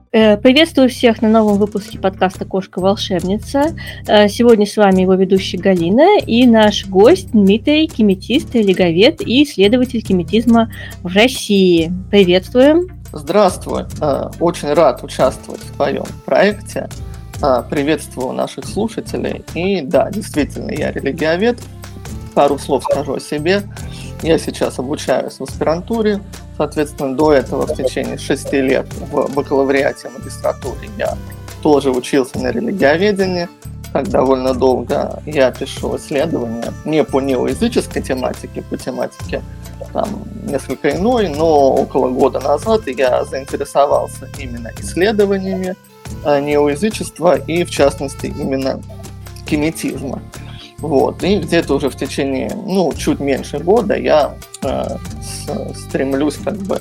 Приветствую всех на новом выпуске подкаста «Кошка-волшебница». Сегодня с вами его ведущая Галина и наш гость Дмитрий, keметист, религовед и исследователь keметизма в России. Приветствуем! Здравствуй! Очень рад участвовать в твоем проекте. Приветствую наших слушателей. И да, действительно, я религиовед. Пару слов скажу о себе. Я сейчас обучаюсь в аспирантуре. Соответственно, до этого в течение 6 лет в бакалавриате и магистратуре я тоже учился на религиоведении. Так довольно долго я пишу исследования не по неоязыческой тематике, по тематике там несколько иной, но около года назад я заинтересовался именно исследованиями неоязычества и, в частности, именно kemetизма. Вот. И где-то уже в течение, чуть меньше года я стремлюсь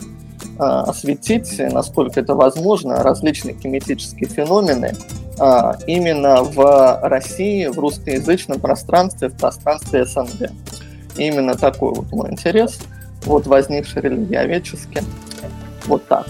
осветить, насколько это возможно, различные keметические феномены именно в России, в русскоязычном пространстве, в пространстве СНГ. И именно такой вот мой интерес, возникший религиоведчески. Вот так.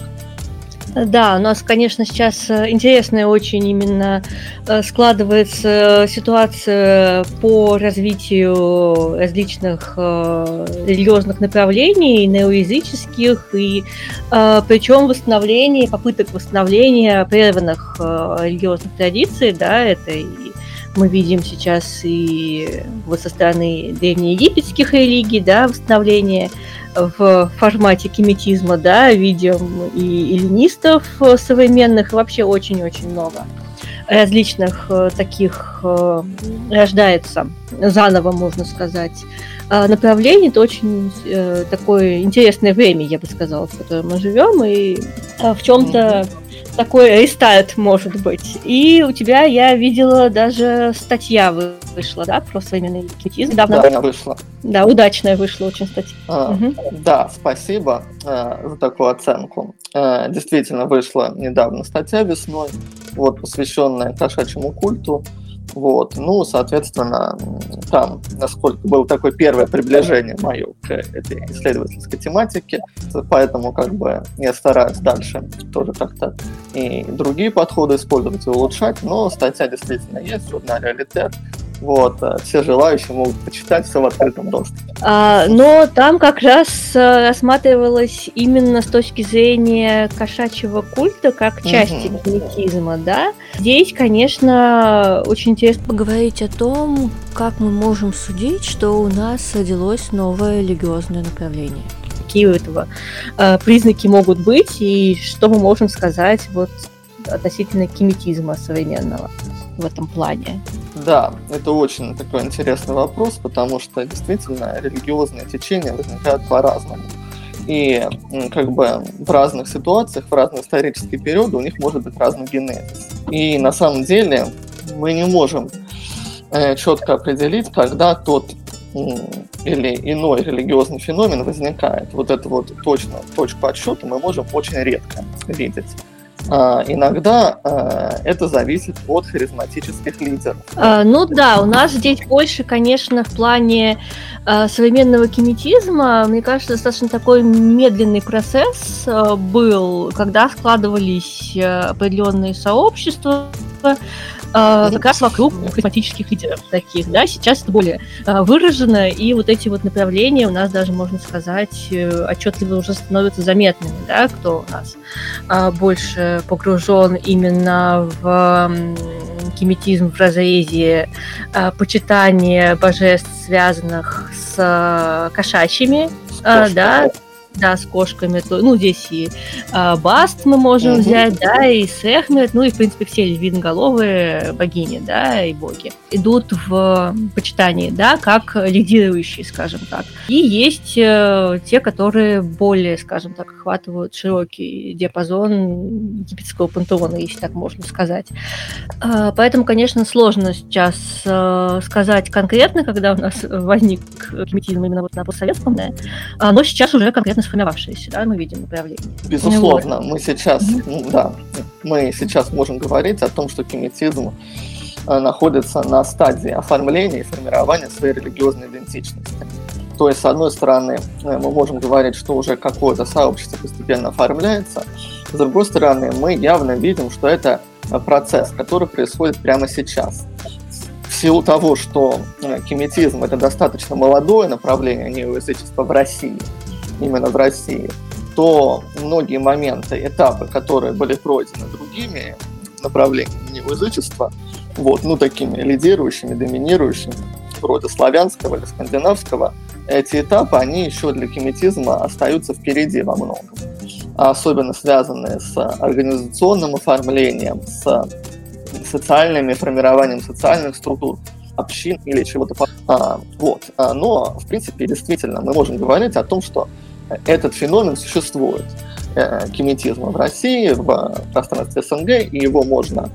Да, у нас, конечно, сейчас интересная очень именно складывается ситуация по развитию различных религиозных направлений, неоязыческих, и причем попыток восстановления прерванных религиозных традиций, да, это и мы видим сейчас и со стороны древнеегипетских религий, да, восстановление в формате kemetизма, да, видим и эллинистов современных, и вообще очень-очень много различных таких рождается заново, можно сказать, направлений. Это очень такое интересное время, я бы сказала, в котором мы живем, и в чем-то такой рестарт может быть. И у тебя, я видела, даже статья вышла, да, про современный kemetизм. Да, она вышла. Да, удачная вышла очень статья. Да, спасибо за такую оценку. Действительно, вышла недавно статья весной, посвященная кошачьему культу. Соответственно, там, насколько было такое первое приближение мое к этой исследовательской тематике, поэтому я стараюсь дальше тоже как-то и другие подходы использовать и улучшать, но статья действительно есть в журнале «Алитер». Все желающие могут почитать, все в открытом доступе. Но там как раз рассматривалось именно с точки зрения кошачьего культа как части kemetизма, да. Здесь, конечно, очень интересно поговорить о том, как мы можем судить, что у нас родилось новое религиозное направление. Какие у этого признаки могут быть и что мы можем сказать относительно kemetизма современного в этом плане. Да, это очень такой интересный вопрос, потому что действительно религиозные течения возникают по-разному. И в разных ситуациях, в разные исторические периоды у них может быть разный генезис. И на самом деле мы не можем четко определить, когда тот или иной религиозный феномен возникает. Эту точку отсчета мы можем очень редко видеть. Иногда это зависит от харизматических лидеров. У нас здесь больше, конечно, в плане современного kemetизма, мне кажется, достаточно такой медленный процесс был, когда складывались определенные сообщества, как раз вокруг харизматических лидеров таких, да, сейчас это более выражено, и эти направления у нас даже, можно сказать, отчетливо уже становятся заметными, да, кто у нас больше погружен именно в kemetизм в разрезе почитания божеств, связанных с кошачьими, да, с кошками, здесь и Баст мы можем взять, да, и Сехмет, и, в принципе, все львиноголовые богини, да, и боги идут в почитании, да, как лидирующие, скажем так. И есть те, которые более, скажем так, охватывают широкий диапазон египетского пантеона, если так можно сказать. Поэтому, конечно, сложно сейчас сказать конкретно, когда у нас возник kemetизм именно на постсоветском, да, но сейчас уже конкретно сформировавшиеся, да, мы видим направление. Безусловно, мы сейчас можем говорить о том, что kemetизм находится на стадии оформления и формирования своей религиозной идентичности. То есть, с одной стороны, мы можем говорить, что уже какое-то сообщество постепенно оформляется, С другой стороны, мы явно видим, что это процесс, который происходит прямо сейчас. В силу того, что кеметизм – это достаточно молодое направление неоязычества в России, именно в России, то многие моменты, этапы, которые были пройдены другими направлениями неоязычества, такими лидирующими, доминирующими, вроде славянского или скандинавского, эти этапы, они еще для кеметизма остаются впереди во многом. Особенно связанные с организационным оформлением, с социальным формированием социальных структур, общин или чего-то подобного. Но, в принципе, действительно, мы можем говорить о том, что этот феномен существует. Кеметизма в России, в пространстве СНГ, и его можно,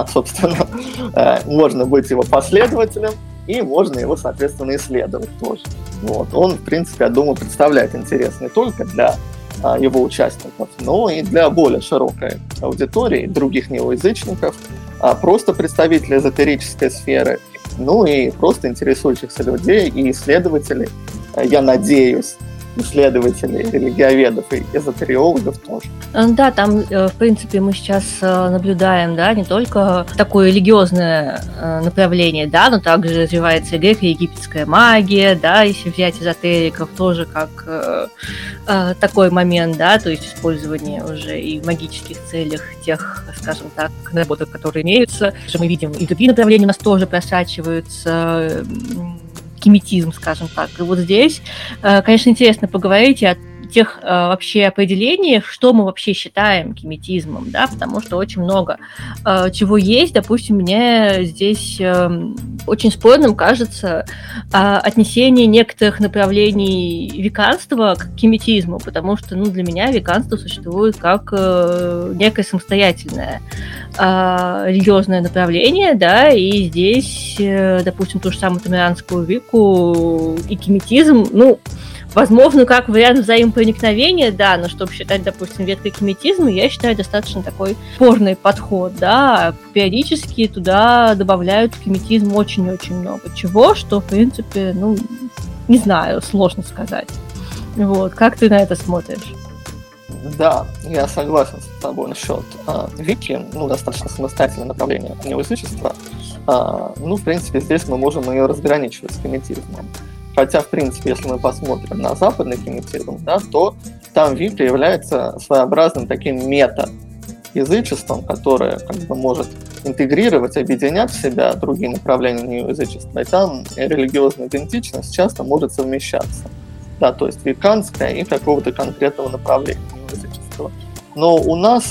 можно быть его последователем, и можно его, соответственно, исследовать тоже. Он, в принципе, я думаю, представляет интерес не только для его участников, но и для более широкой аудитории, других неоязычников, просто представителей эзотерической сферы, и просто интересующихся людей и исследователей, я надеюсь, исследователей, религиоведов и эзотериологов тоже. Да, там, в принципе, мы сейчас наблюдаем, не только такое религиозное направление, но также развивается и греко-египетская магия, если взять эзотериков, тоже как такой момент, то есть использование уже и в магических целях тех, скажем так, наработок, которые имеются. Мы видим, и другие направления у нас тоже просачиваются, кеметизм, скажем так. И здесь, конечно, интересно поговорить о тех вообще определениях, что мы вообще считаем кеметизмом, потому что очень много чего есть. Допустим, мне здесь очень спорным кажется отнесение некоторых направлений веканства к кеметизму, потому что для меня веканство существует как некое самостоятельное религиозное направление, и здесь, допустим, ту же самую тамеранскую вику и кеметизм, возможно, как вариант взаимопроникновения, но чтобы считать, допустим, веткой кеметизма, я считаю достаточно такой спорный подход, периодически туда добавляют в кеметизм очень-очень много чего, что, в принципе, не знаю, сложно сказать. Как ты на это смотришь? Да, я согласен с тобой насчет вики, достаточно самостоятельное направление неоязычества. В принципе, здесь мы можем ее разграничивать с кеметизмом. Хотя, в принципе, если мы посмотрим на западный кеметизм, то там вика является своеобразным таким мета-язычеством, которое может интегрировать, объединять в себя другие направления неоязычества, и там религиозная идентичность часто может совмещаться. То есть веканская и какого-то конкретного направления неоязычества. Но у нас,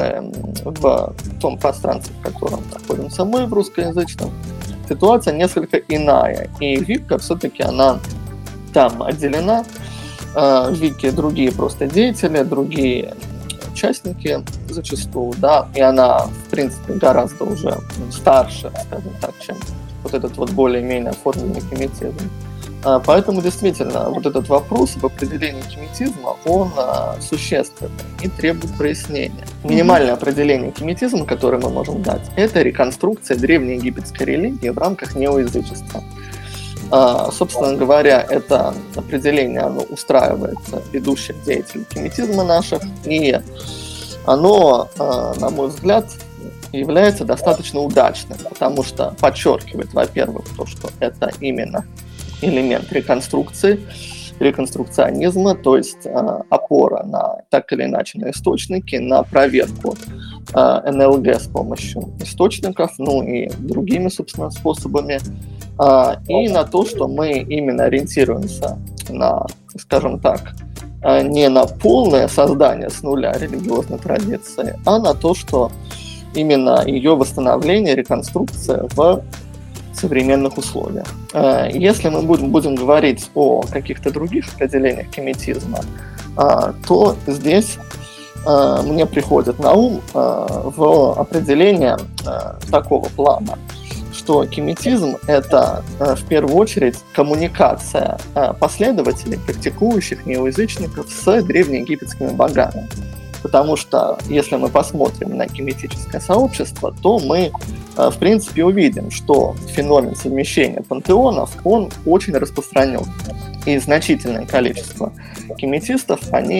в том пространстве, в котором находимся мы, в русскоязычном, ситуация несколько иная, и вика все-таки она там отделена, в вике другие просто деятели, другие участники зачастую, и она, в принципе, гораздо уже старше, скажем так, чем этот более-менее оформленный кеметизм. Поэтому действительно этот вопрос об определении кеметизма, он существенный и требует прояснения. Минимальное определение кеметизма, которое мы можем дать, это реконструкция древнеегипетской религии в рамках неоязычества. Собственно говоря, это определение оно устраивается ведущих деятелей кеметизма наших, и оно, на мой взгляд, является достаточно удачным, потому что подчеркивает, во-первых, то, что это именно элемент реконструкции, реконструкционизма, то есть опора на, так или иначе, на источники, на проверку НЛГ с помощью источников, и другими, собственно, способами, и на то, что мы именно ориентируемся на, скажем так, не на полное создание с нуля религиозной традиции, а на то, что именно ее восстановление, реконструкция в современных условиях. Если мы будем говорить о каких-то других определениях кеметизма, то здесь мне приходит на ум в определение такого плана, что кеметизм – это в первую очередь коммуникация последователей, практикующих неоязычников с древнеегипетскими богами. Потому что, если мы посмотрим на кеметическое сообщество, то мы, в принципе, увидим, что феномен совмещения пантеонов, он очень распространен. И значительное количество кеметистов, они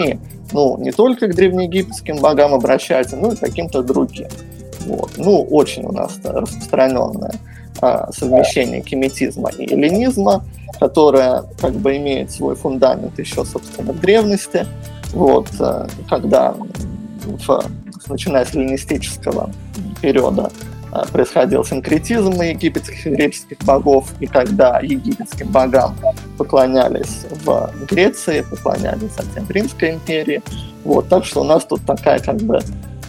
не только к древнеегипетским богам обращается, но и к каким-то другим. Вот. Очень у нас распространенное совмещение kemetизма и эллинизма, которое как бы имеет свой фундамент еще, собственно, в древности. Вот, когда, начиная с эллинистического периода, происходил синкретизм египетских и греческих богов, и когда египетским богам поклонялись в Греции, поклонялись затем в Римской империи. Вот, так что у нас тут такая как бы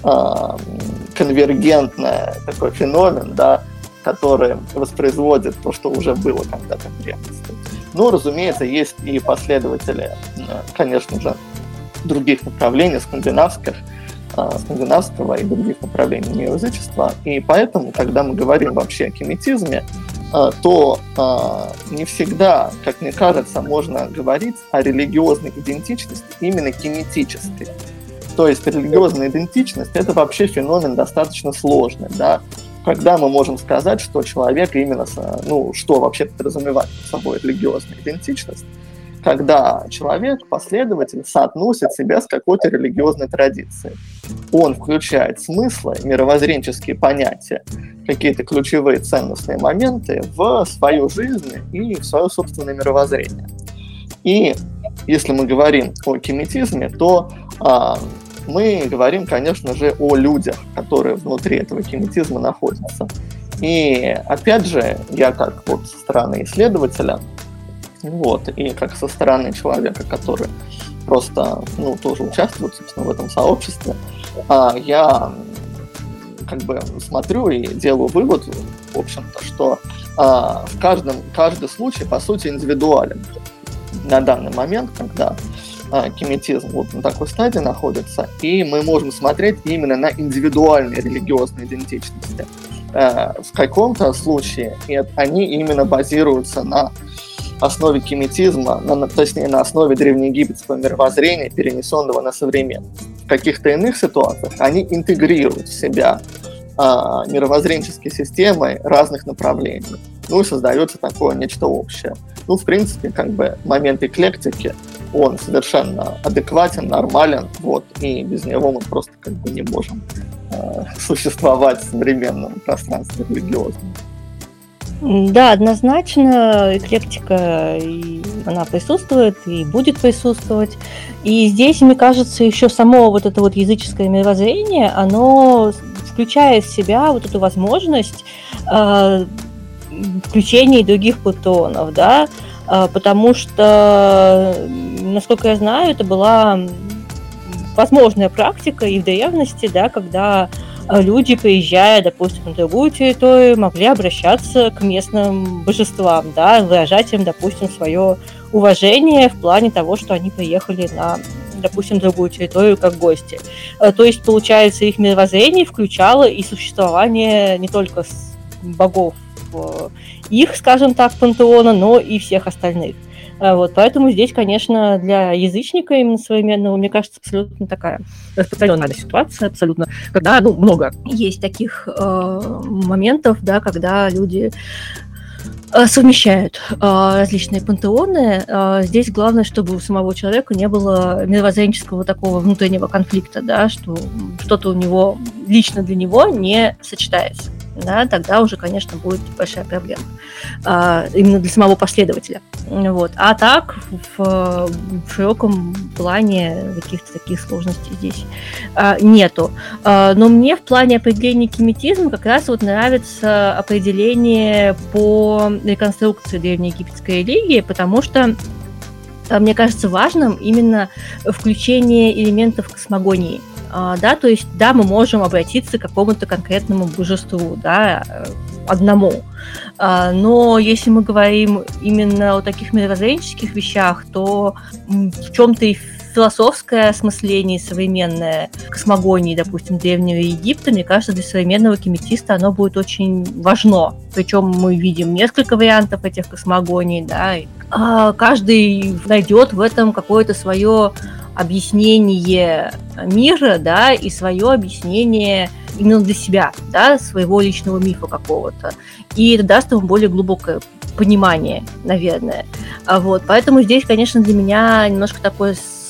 конвергентная такой феномен, да, который воспроизводит то, что уже было когда-то в древности. Разумеется, есть и последователи, конечно же, других направлений, скандинавского и других направлений неоязычества. И поэтому, когда мы говорим вообще о kemetизме, то не всегда, как мне кажется, можно говорить о религиозной идентичности именно кинетической. То есть религиозная идентичность – это вообще феномен достаточно сложный, да? Когда мы можем сказать, что человек именно, что вообще подразумевает под собой религиозная идентичность, когда человек, последователь, соотносит себя с какой-то религиозной традицией. Он включает смыслы, мировоззренческие понятия, какие-то ключевые ценностные моменты в свою жизнь и в свое собственное мировоззрение. И если мы говорим о kemetизме, то мы говорим, конечно же, о людях, которые внутри этого kemetизма находятся. И опять же, я как со стороны исследователя, и как со стороны человека, который просто, тоже участвует, собственно, в этом сообществе, я как бы смотрю и делаю вывод, в общем-то, что каждый случай, по сути, индивидуален. На данный момент, когда kemetизм на такой стадии находится, и мы можем смотреть именно на индивидуальные религиозные идентичности. В каком-то случае они именно базируются на основе kemetизма, точнее на основе древнеегипетского мировоззрения, перенесенного на современность. В каких-то иных ситуациях они интегрируют в себя мировоззренческие системы разных направлений. И создается такое нечто общее. В принципе, как бы момент эклектики, он совершенно адекватен, нормален, и без него мы просто как бы не можем существовать в современном пространстве религиозном. Да, однозначно эклектика, она присутствует и будет присутствовать. И здесь, мне кажется, еще само это языческое мировоззрение, оно включает в себя эту возможность включения других пантеонов, да, потому что, насколько я знаю, это была возможная практика и в древности, да, когда люди, приезжая, допустим, на другую территорию, могли обращаться к местным божествам, да, выражать им, допустим, свое уважение в плане того, что они приехали на, допустим, другую территорию как гости. То есть, получается, их мировоззрение включало и существование не только богов их, скажем так, пантеона, но и всех остальных. Поэтому здесь, конечно, для язычника именно современного, мне кажется, абсолютно такая распространенная ситуация, абсолютно, когда, много есть таких моментов, да, когда люди совмещают различные пантеоны. Здесь главное, чтобы у самого человека не было мировоззренческого такого внутреннего конфликта, да, что что-то у него лично для него не сочетается. Да, тогда уже, конечно, будет большая проблема именно для самого последователя. А так, в широком плане каких-то таких сложностей здесь нету. Но мне в плане определения kemetизма как раз нравится определение по реконструкции древнеегипетской религии, потому что мне кажется важным именно включение элементов космогонии. Да, то есть, да, мы можем обратиться к какому-то конкретному божеству, да, одному. Но если мы говорим именно о таких мировоззренческих вещах, то в чем-то и философское осмысление современное космогонии, допустим, Древнего Египта, мне кажется, для современного kemetиста оно будет очень важно. Причем мы видим несколько вариантов этих космогоний, да, и каждый найдет в этом какое-то свое объяснение мира, да, и свое объяснение именно для себя, да, своего личного мифа какого-то. И это даст ему более глубокое понимание, наверное. Поэтому здесь, конечно, для меня немножко такой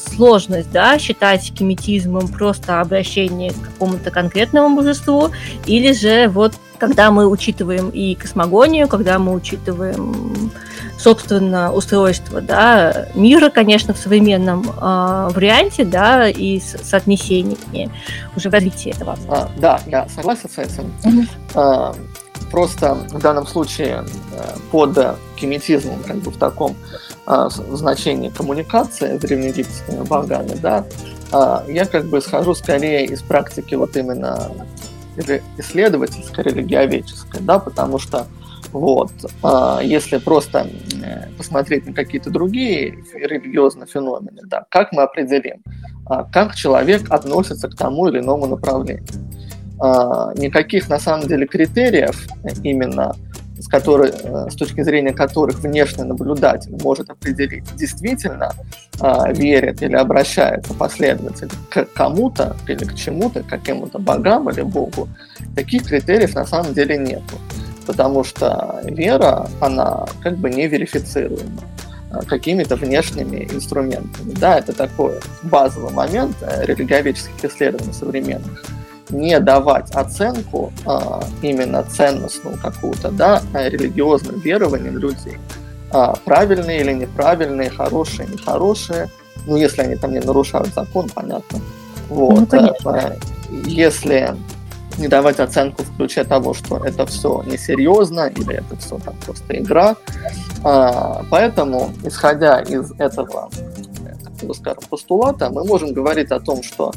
сложность, да, считать кеметизмом просто обращение к какому-то конкретному божеству, или же вот когда мы учитываем и космогонию, когда мы учитываем, собственно, устройство, да, мира, конечно, в современном варианте, да, и соотнесении уже в развитии этого. Да, я согласен с этим. Просто в данном случае под кеметизмом, как бы в таком значении коммуникации с древнеегипетскими богами, да, я как бы исхожу скорее из практики вот именно исследовательской, религиоведческой, да, потому что вот, если просто посмотреть на какие-то другие религиозные феномены, да, как мы определим, как человек относится к тому или иному направлению. Никаких на самом деле критериев, именно с точки зрения которых внешний наблюдатель может определить, действительно верит или обращается последователь к кому-то или к чему-то, к каким-то богам или богу, таких критериев на самом деле нету. Потому что вера, она как бы не верифицируема какими-то внешними инструментами. Да, это такой базовый момент религиоведческих исследований современных. Не давать оценку именно ценностную какую-то, да, религиозным верованиям людей. Правильные или неправильные, хорошие, нехорошие. Ну, если они там не нарушают закон, понятно. Вот. Если не давать оценку в ключе того, что это все несерьезно или это все там просто игра. Поэтому, исходя из этого, скажем, постулата, мы можем говорить о том, что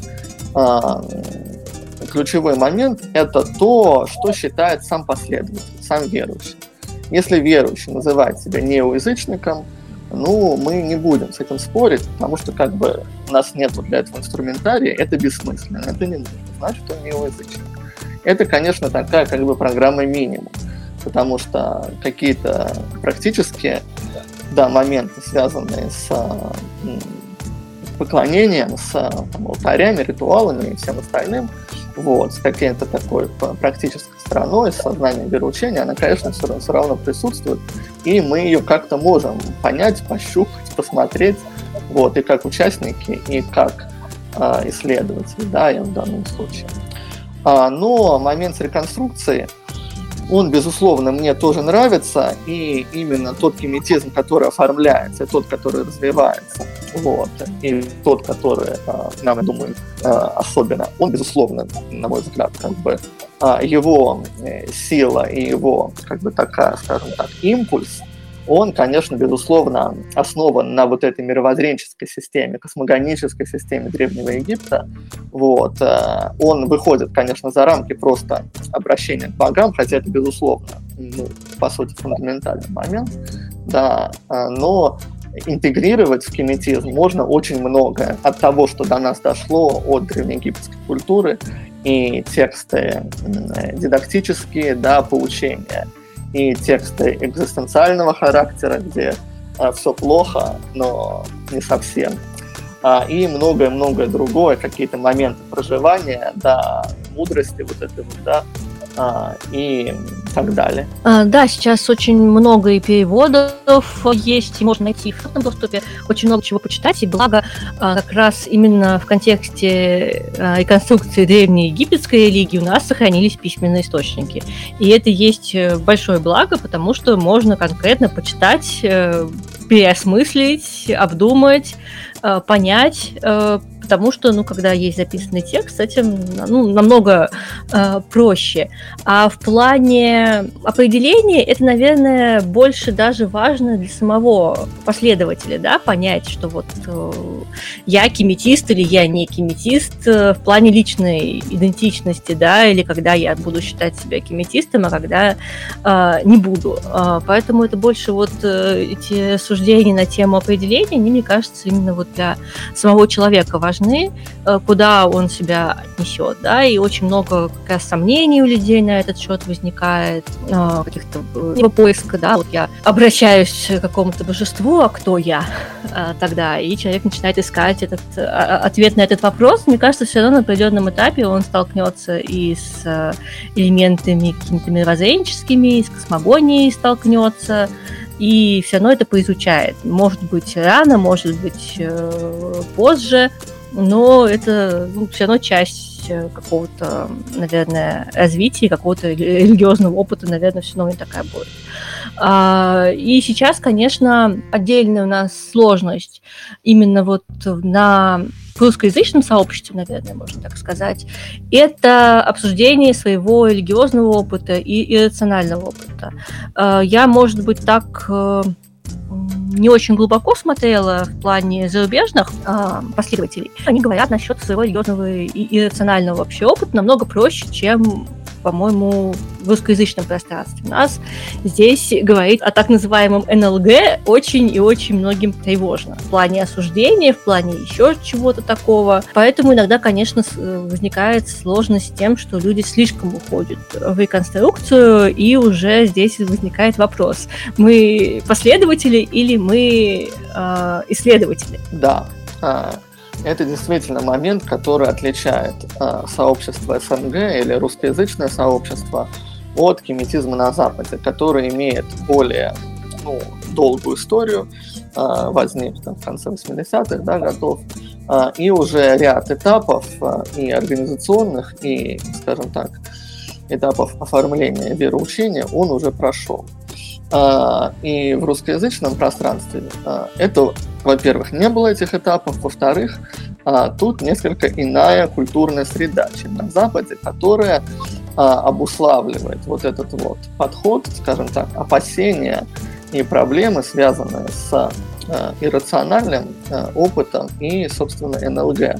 ключевой момент – это то, что считает сам последователь, сам верующий. Если верующий называет себя неоязычником, ну, мы не будем с этим спорить, потому что как бы у нас нет для этого инструментария, это бессмысленно, это не нужно, значит, он неоязычник. Это, конечно, такая как бы программа минимум, потому что какие-то практические, да, моменты, связанные с поклонением, с там, алтарями, ритуалами и всем остальным, вот, с какой-то такой практической стороной, с сознанием вероучения, она, конечно, все равно присутствует, и мы ее как-то можем понять, пощупать, посмотреть, вот, и как участники, и как исследователи, да, я в данном случае. Но момент с реконструкцией, он, безусловно, мне тоже нравится, и именно тот кеметизм, который оформляется, тот, который развивается, вот, и тот, который нам, я думаю, особенно, он, безусловно, на мой взгляд, как бы его сила и его, как бы такая, скажем так, импульс, он, конечно, безусловно, основан на вот этой мировоззренческой системе, космогонической системе Древнего Египта. Вот. Он выходит, конечно, за рамки просто обращения к богам, хотя это, безусловно, ну, по сути, фундаментальный момент, да, но интегрировать в кеметизм можно очень многое от того, что до нас дошло от древнеегипетской культуры, и тексты дидактические, да, поучения, и тексты экзистенциального характера, где все плохо, но не совсем. И многое-многое другое, какие-то моменты проживания, да, мудрости вот этой вот, да, и так далее. Да, сейчас очень много и переводов есть, и можно найти в открытом доступе очень много чего почитать, и благо как раз именно в контексте реконструкции древнеегипетской религии у нас сохранились письменные источники. И это есть большое благо, потому что можно конкретно почитать, переосмыслить, обдумать, понять, потому что, ну, когда есть записанный текст, с этим, ну, намного проще. А в плане определения это, наверное, больше даже важно для самого последователя, да, понять, что вот я кеметист или я не кеметист в плане личной идентичности, да, или когда я буду считать себя кеметистом, а когда не буду. Поэтому это больше вот эти суждения на тему определения, они, мне кажется, именно вот для самого человека важны, куда он себя отнесет, да, и очень много как раз сомнений у людей на этот счет возникает, каких-то поиска, да, вот я обращаюсь к какому-то божеству, а кто я тогда, и человек начинает искать ответ на этот вопрос. Мне кажется, все равно на определенном этапе он столкнется и с элементами какими-то мировоззренческими, и с космогонией столкнется, и все равно это поизучает. Может быть, рано, может быть, позже, но это все равно часть какого-то, наверное, развития, какого-то религиозного опыта, наверное, все равно не такая будет. И сейчас, конечно, отдельная у нас сложность именно вот в русскоязычном сообществе, наверное, можно так сказать, это обсуждение своего религиозного опыта и иррационального опыта. Я, может быть, так не очень глубоко смотрела в плане зарубежных последователей. Они говорят насчет своего религиозного и иррационального вообще опыта намного проще, чем, по-моему, в русскоязычном пространстве. У нас здесь говорить о так называемом НЛГ очень и очень многим тревожно. В плане осуждения, в плане еще чего-то такого. Поэтому иногда, конечно, возникает сложность с тем, что люди слишком уходят в реконструкцию, и уже здесь возникает вопрос. Мы последователи или мы исследователи? Да. Это действительно момент, который отличает сообщество СНГ или русскоязычное сообщество от кеметизма на Западе, который имеет более долгую историю, возник в конце 80-х годов, и уже ряд этапов и организационных, и, скажем так, этапов оформления вероучения он уже прошел. И в русскоязычном пространстве это, во-первых, не было этих этапов, во-вторых, тут несколько иная культурная среда, чем на Западе, которая обуславливает вот этот вот подход, скажем так, опасения и проблемы, связанные с иррациональным опытом и, собственно, НЛГ.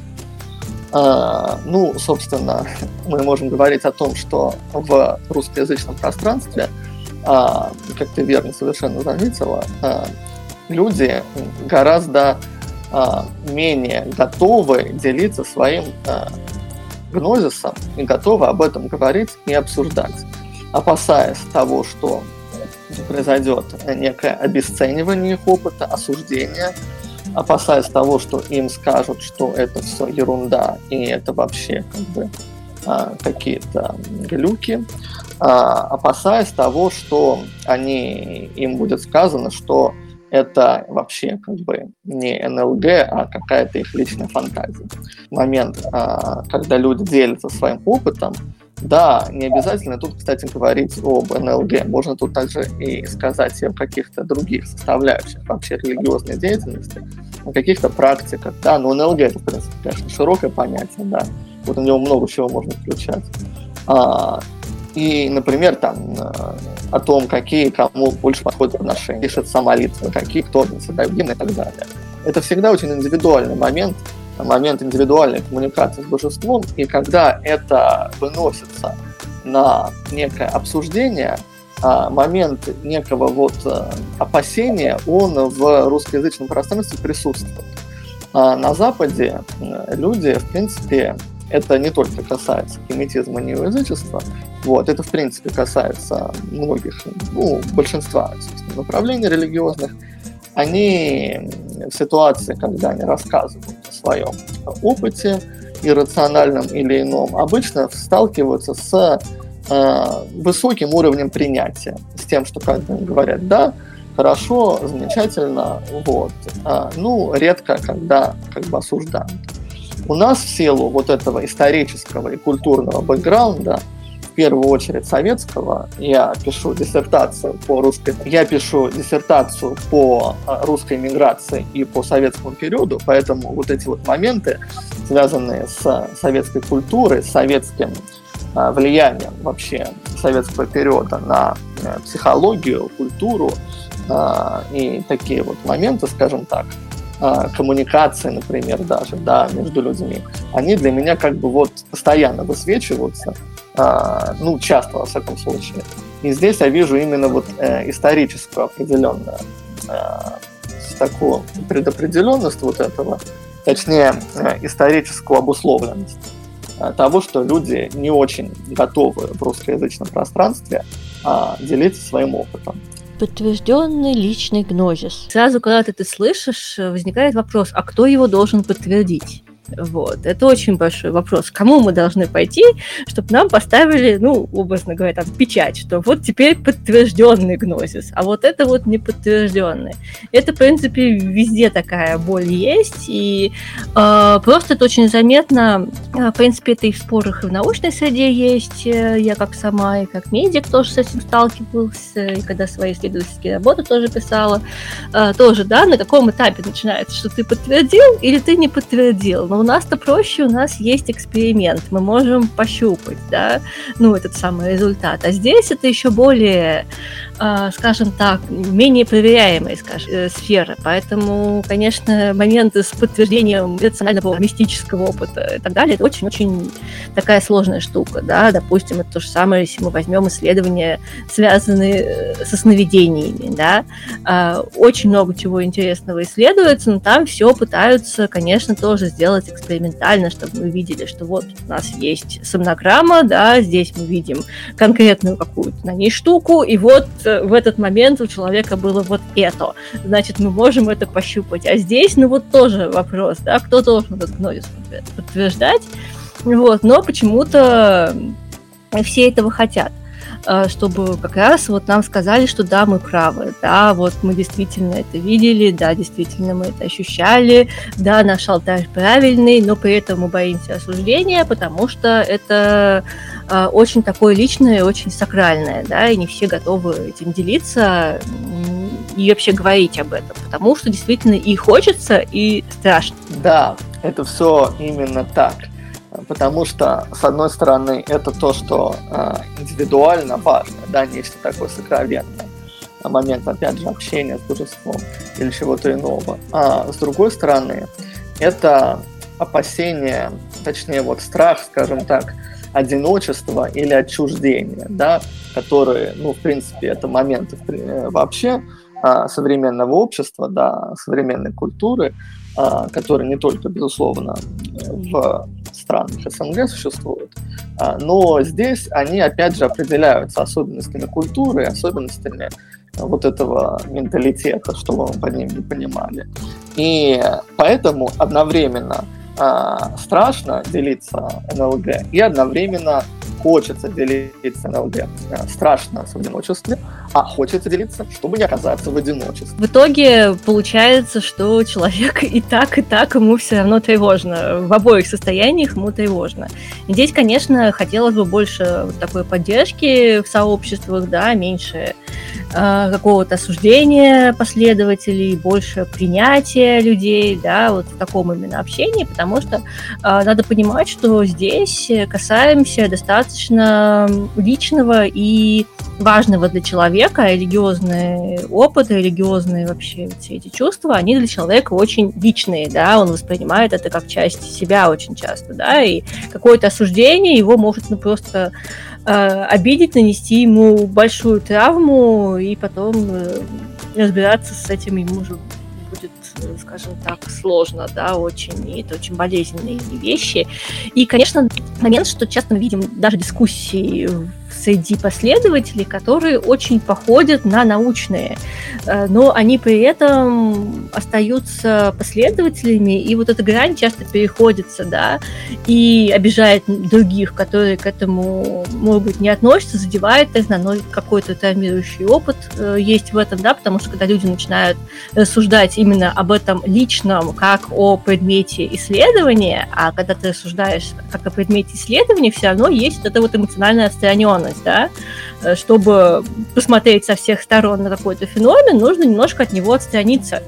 Собственно, мы можем говорить о том, что в русскоязычном пространстве, как ты верно совершенно заметила, люди гораздо менее готовы делиться своим гнозисом и готовы об этом говорить и обсуждать, опасаясь того, что произойдет некое обесценивание их опыта, осуждение, опасаясь того, что им скажут, что это все ерунда и это вообще какие-то глюки, опасаясь того, что им будет сказано, что это вообще не НЛГ, а какая-то их личная фантазия. Момент, когда люди делятся своим опытом, да, не обязательно тут, кстати, говорить об НЛГ. Можно тут также и сказать о каких-то других составляющих вообще религиозной деятельности, о каких-то практиках. Да, но НЛГ это, в принципе, конечно, широкое понятие, да. Вот у него много чего можно включать. И, например, о том, какие кому больше подходят отношения, пишется молитва, какие кто задают гимн и так далее. Это всегда очень индивидуальный момент индивидуальной коммуникации с божеством, и когда это выносится на некое обсуждение, момент некого опасения, он в русскоязычном пространстве присутствует. На Западе люди, в принципе, это не только касается кеметизма и неоязычества, это, в принципе, касается многих, большинства, собственно, направлений религиозных. Они в ситуации, когда они рассказывают о своем опыте, иррациональном или ином, обычно сталкиваются с высоким уровнем принятия, с тем, что говорят, да, хорошо, замечательно, редко когда осуждают. У нас в силу этого исторического и культурного бэкграунда, в первую очередь советского, я пишу диссертацию по русской миграции и по советскому периоду, поэтому эти моменты, связанные с советской культурой, с советским влиянием вообще советского периода на психологию, культуру и такие моменты, скажем так, коммуникации, например, даже, да, между людьми, они для меня постоянно высвечиваются, часто, во всяком случае. И здесь я вижу именно историческую определенную такую предопределенность этого, точнее, историческую обусловленность того, что люди не очень готовы в русскоязычном пространстве делиться своим опытом. Подтвержденный личный гнозис. Сразу, когда ты это слышишь, возникает вопрос, а кто его должен подтвердить? Вот. Это очень большой вопрос. К кому мы должны пойти, чтобы нам поставили, образно говоря, там, печать, что вот теперь подтвержденный гнозис, а вот это вот неподтвержденный. Это, в принципе, везде такая боль есть, и просто это очень заметно. В принципе, это и в спорах и в научной среде есть. Я как сама, и как медик тоже с этим сталкивался, и когда свои исследовательские работы тоже писала. Тоже, да, на каком этапе начинается, что ты подтвердил или ты не подтвердил. Но у нас-то проще, у нас есть эксперимент, мы можем пощупать, да, этот самый результат. А здесь это еще более, скажем так, менее проверяемая сфера. Поэтому, конечно, моменты с подтверждением рационального мистического опыта и так далее, это очень-очень такая сложная штука, да. Допустим, это то же самое, если мы возьмем исследования, связанные со сновидениями, да. Очень много чего интересного исследуется, но там все пытаются, конечно, тоже сделать экспериментально, чтобы мы видели, что вот у нас есть сомнограмма, да, здесь мы видим конкретную какую-то на ней штуку, и вот в этот момент у человека было вот это. Значит, мы можем это пощупать. А здесь, тоже вопрос, да, кто должен этот гнозис подтверждать, но почему-то все этого хотят, чтобы как раз нам сказали, что да, мы правы, да, вот мы действительно это видели, да, действительно мы это ощущали, да, наш алтарь правильный, но при этом мы боимся осуждения, потому что это очень такое личное, очень сакральное, да, и не все готовы этим делиться и вообще говорить об этом, потому что действительно и хочется, и страшно. Да, это все именно так. Потому что, с одной стороны, это то, что индивидуально важно, да, нечто такое сокровенное, момент, опять же, общения с божеством или чего-то иного. А с другой стороны, это опасение, точнее, страх, скажем так, одиночества или отчуждения, да, которые, в принципе, это моменты вообще современного общества, да, современной культуры, которые не только, безусловно, в странах СНГ существуют, но здесь они, опять же, определяются особенностями культуры, особенностями вот этого менталитета, чтобы мы под ним не понимали. И поэтому одновременно страшно делиться НЛГ и одновременно хочется делиться НЛГ. Страшно в одиночестве, а хочется делиться, чтобы не оказаться в одиночестве. В итоге получается, что человек и так, ему все равно тревожно. В обоих состояниях ему тревожно. И здесь, конечно, хотелось бы больше такой поддержки в сообществах, да, меньше какого-то осуждения последователей, больше принятия людей, да, в таком именно общении, потому что надо понимать, что здесь касаемся достаточно личного и важного для человека. Религиозный опыт, религиозные вообще все эти чувства, они для человека очень личные, да, он воспринимает это как часть себя очень часто, да, и какое-то осуждение его может просто обидеть, нанести ему большую травму, и потом разбираться с этим ему уже будет, скажем так, сложно, да, очень, и это очень болезненные вещи. И, конечно, момент, что часто мы видим даже дискуссии среди последователей, которые очень походят на научные, но они при этом остаются последователями, и эта грань часто переходится, да, и обижает других, которые к этому, может быть, не относятся, задевает их, но какой-то травмирующий опыт есть в этом, да, потому что когда люди начинают рассуждать именно об этом личном, как о предмете исследования, а когда ты рассуждаешь как о предмете исследования, все равно есть эта эмоциональная отстраненность, да, чтобы посмотреть со всех сторон на какой-то феномен, нужно немножко от него отстраниться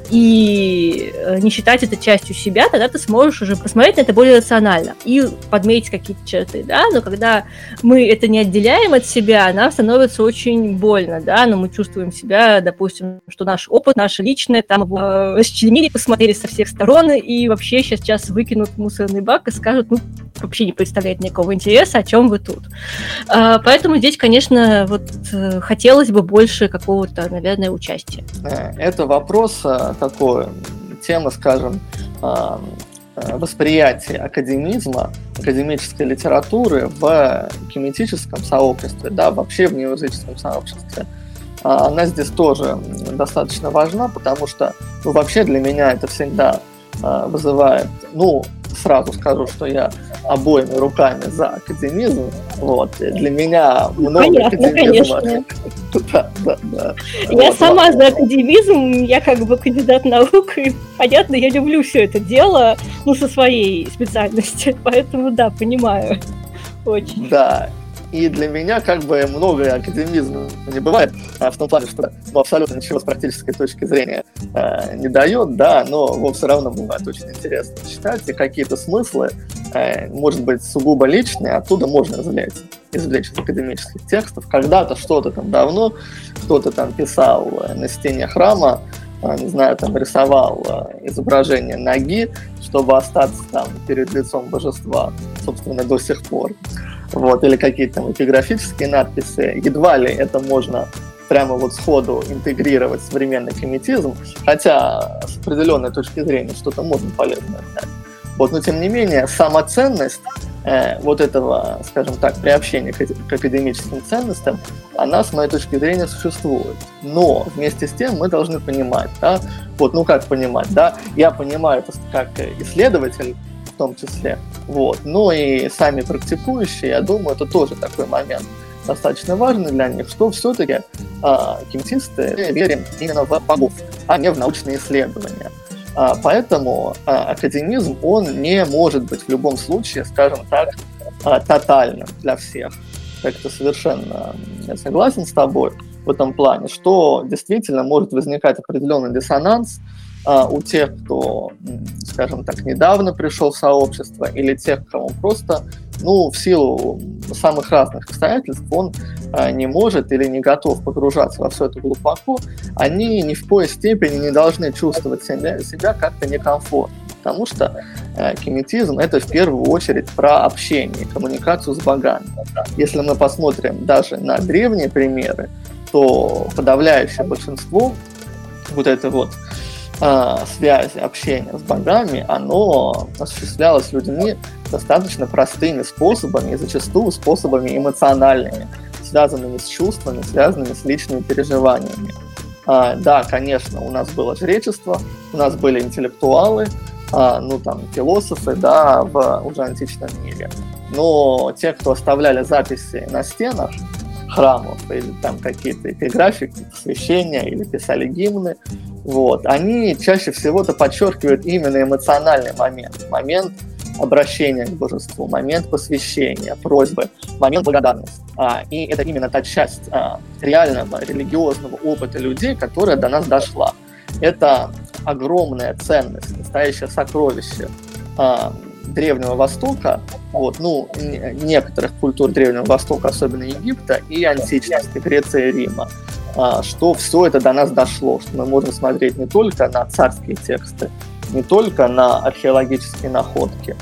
и не считать это частью себя, тогда ты сможешь уже посмотреть на это более рационально и подметить какие-то черты, да, но когда мы это не отделяем от себя, нам становится очень больно, да, но мы чувствуем себя, допустим, что наш опыт, наше личное, там его расчленили, посмотрели со всех сторон и вообще сейчас выкинут в мусорный бак и скажут, вообще не представляет никакого интереса, о чем вы тут. Поэтому здесь, конечно, хотелось бы больше какого-то, наверное, участия. Это вопрос такой, тема, скажем, восприятия академизма, академической литературы в геометрическом сообществе, да, вообще в неязыческом сообществе. Она здесь тоже достаточно важна, потому что, вообще для меня это всегда вызывает, сразу скажу, что я обоими руками за академизм. Вот. Для меня много академизма. Да. Я сама за академизм, я как бы кандидат наук, и, понятно, я люблю все это дело, со своей специальности, поэтому, да, понимаю. Очень. Да. И для меня как бы много академизма не бывает, в том плане, что абсолютно ничего с практической точки зрения не дает, да, но все равно бывает очень интересно читать, и какие-то смыслы, может быть, сугубо личные, оттуда можно извлечь из академических текстов. Когда-то что-то там давно, кто-то там писал на стене храма, не знаю, там рисовал изображение ноги, чтобы остаться там перед лицом божества, собственно, до сих пор. Вот, или какие-то там эпиграфические надписи. Едва ли это можно прямо вот сходу интегрировать в современный комитизм, хотя с определенной точки зрения что-то можно полезное взять. Вот, но тем не менее, самоценность вот этого, скажем так, приобщения к академическим ценностям, она, с моей точки зрения, существует. Но вместе с тем мы должны понимать, да, вот, как понимать, да, я понимаю это как исследователь, в том числе, вот, но и сами практикующие, я думаю, это тоже такой момент достаточно важный для них, что все-таки комитисты верим именно в богов, а не в научные исследования. Поэтому академизм, он не может быть в любом случае, скажем так, тотальным для всех. Как-то совершенно согласен с тобой в этом плане, что действительно может возникать определенный диссонанс у тех, кто, скажем так, недавно пришел в сообщество, или тех, кому просто, в силу самых разных обстоятельств он не может или не готов погружаться во все это глубоко, они ни в коей степени не должны чувствовать себя как-то некомфортно, потому что комитизм – это в первую очередь про общение, коммуникацию с богами. Если мы посмотрим даже на древние примеры, то подавляющее большинство вот этой вот связи, общения с богами, оно осуществлялось людьми достаточно простыми способами, и зачастую способами эмоциональными, связанными с чувствами, связанными с личными переживаниями. Да, конечно, у нас было жречество, у нас были интеллектуалы, философы, да, в уже античном мире. Но те, кто оставляли записи на стенах храмов, или там какие-то эпиграфики, посвящения, или писали гимны, вот, они чаще всего-то подчеркивают именно эмоциональный момент обращения к божеству, момент посвящения, просьбы, момент благодарности. И это именно та часть реального религиозного опыта людей, которая до нас дошла. Это огромная ценность, настоящее сокровище Древнего Востока, некоторых культур Древнего Востока, особенно Египта, и античности, Греции и Рима, что все это до нас дошло, что мы можем смотреть не только на царские тексты, не только на археологические находки,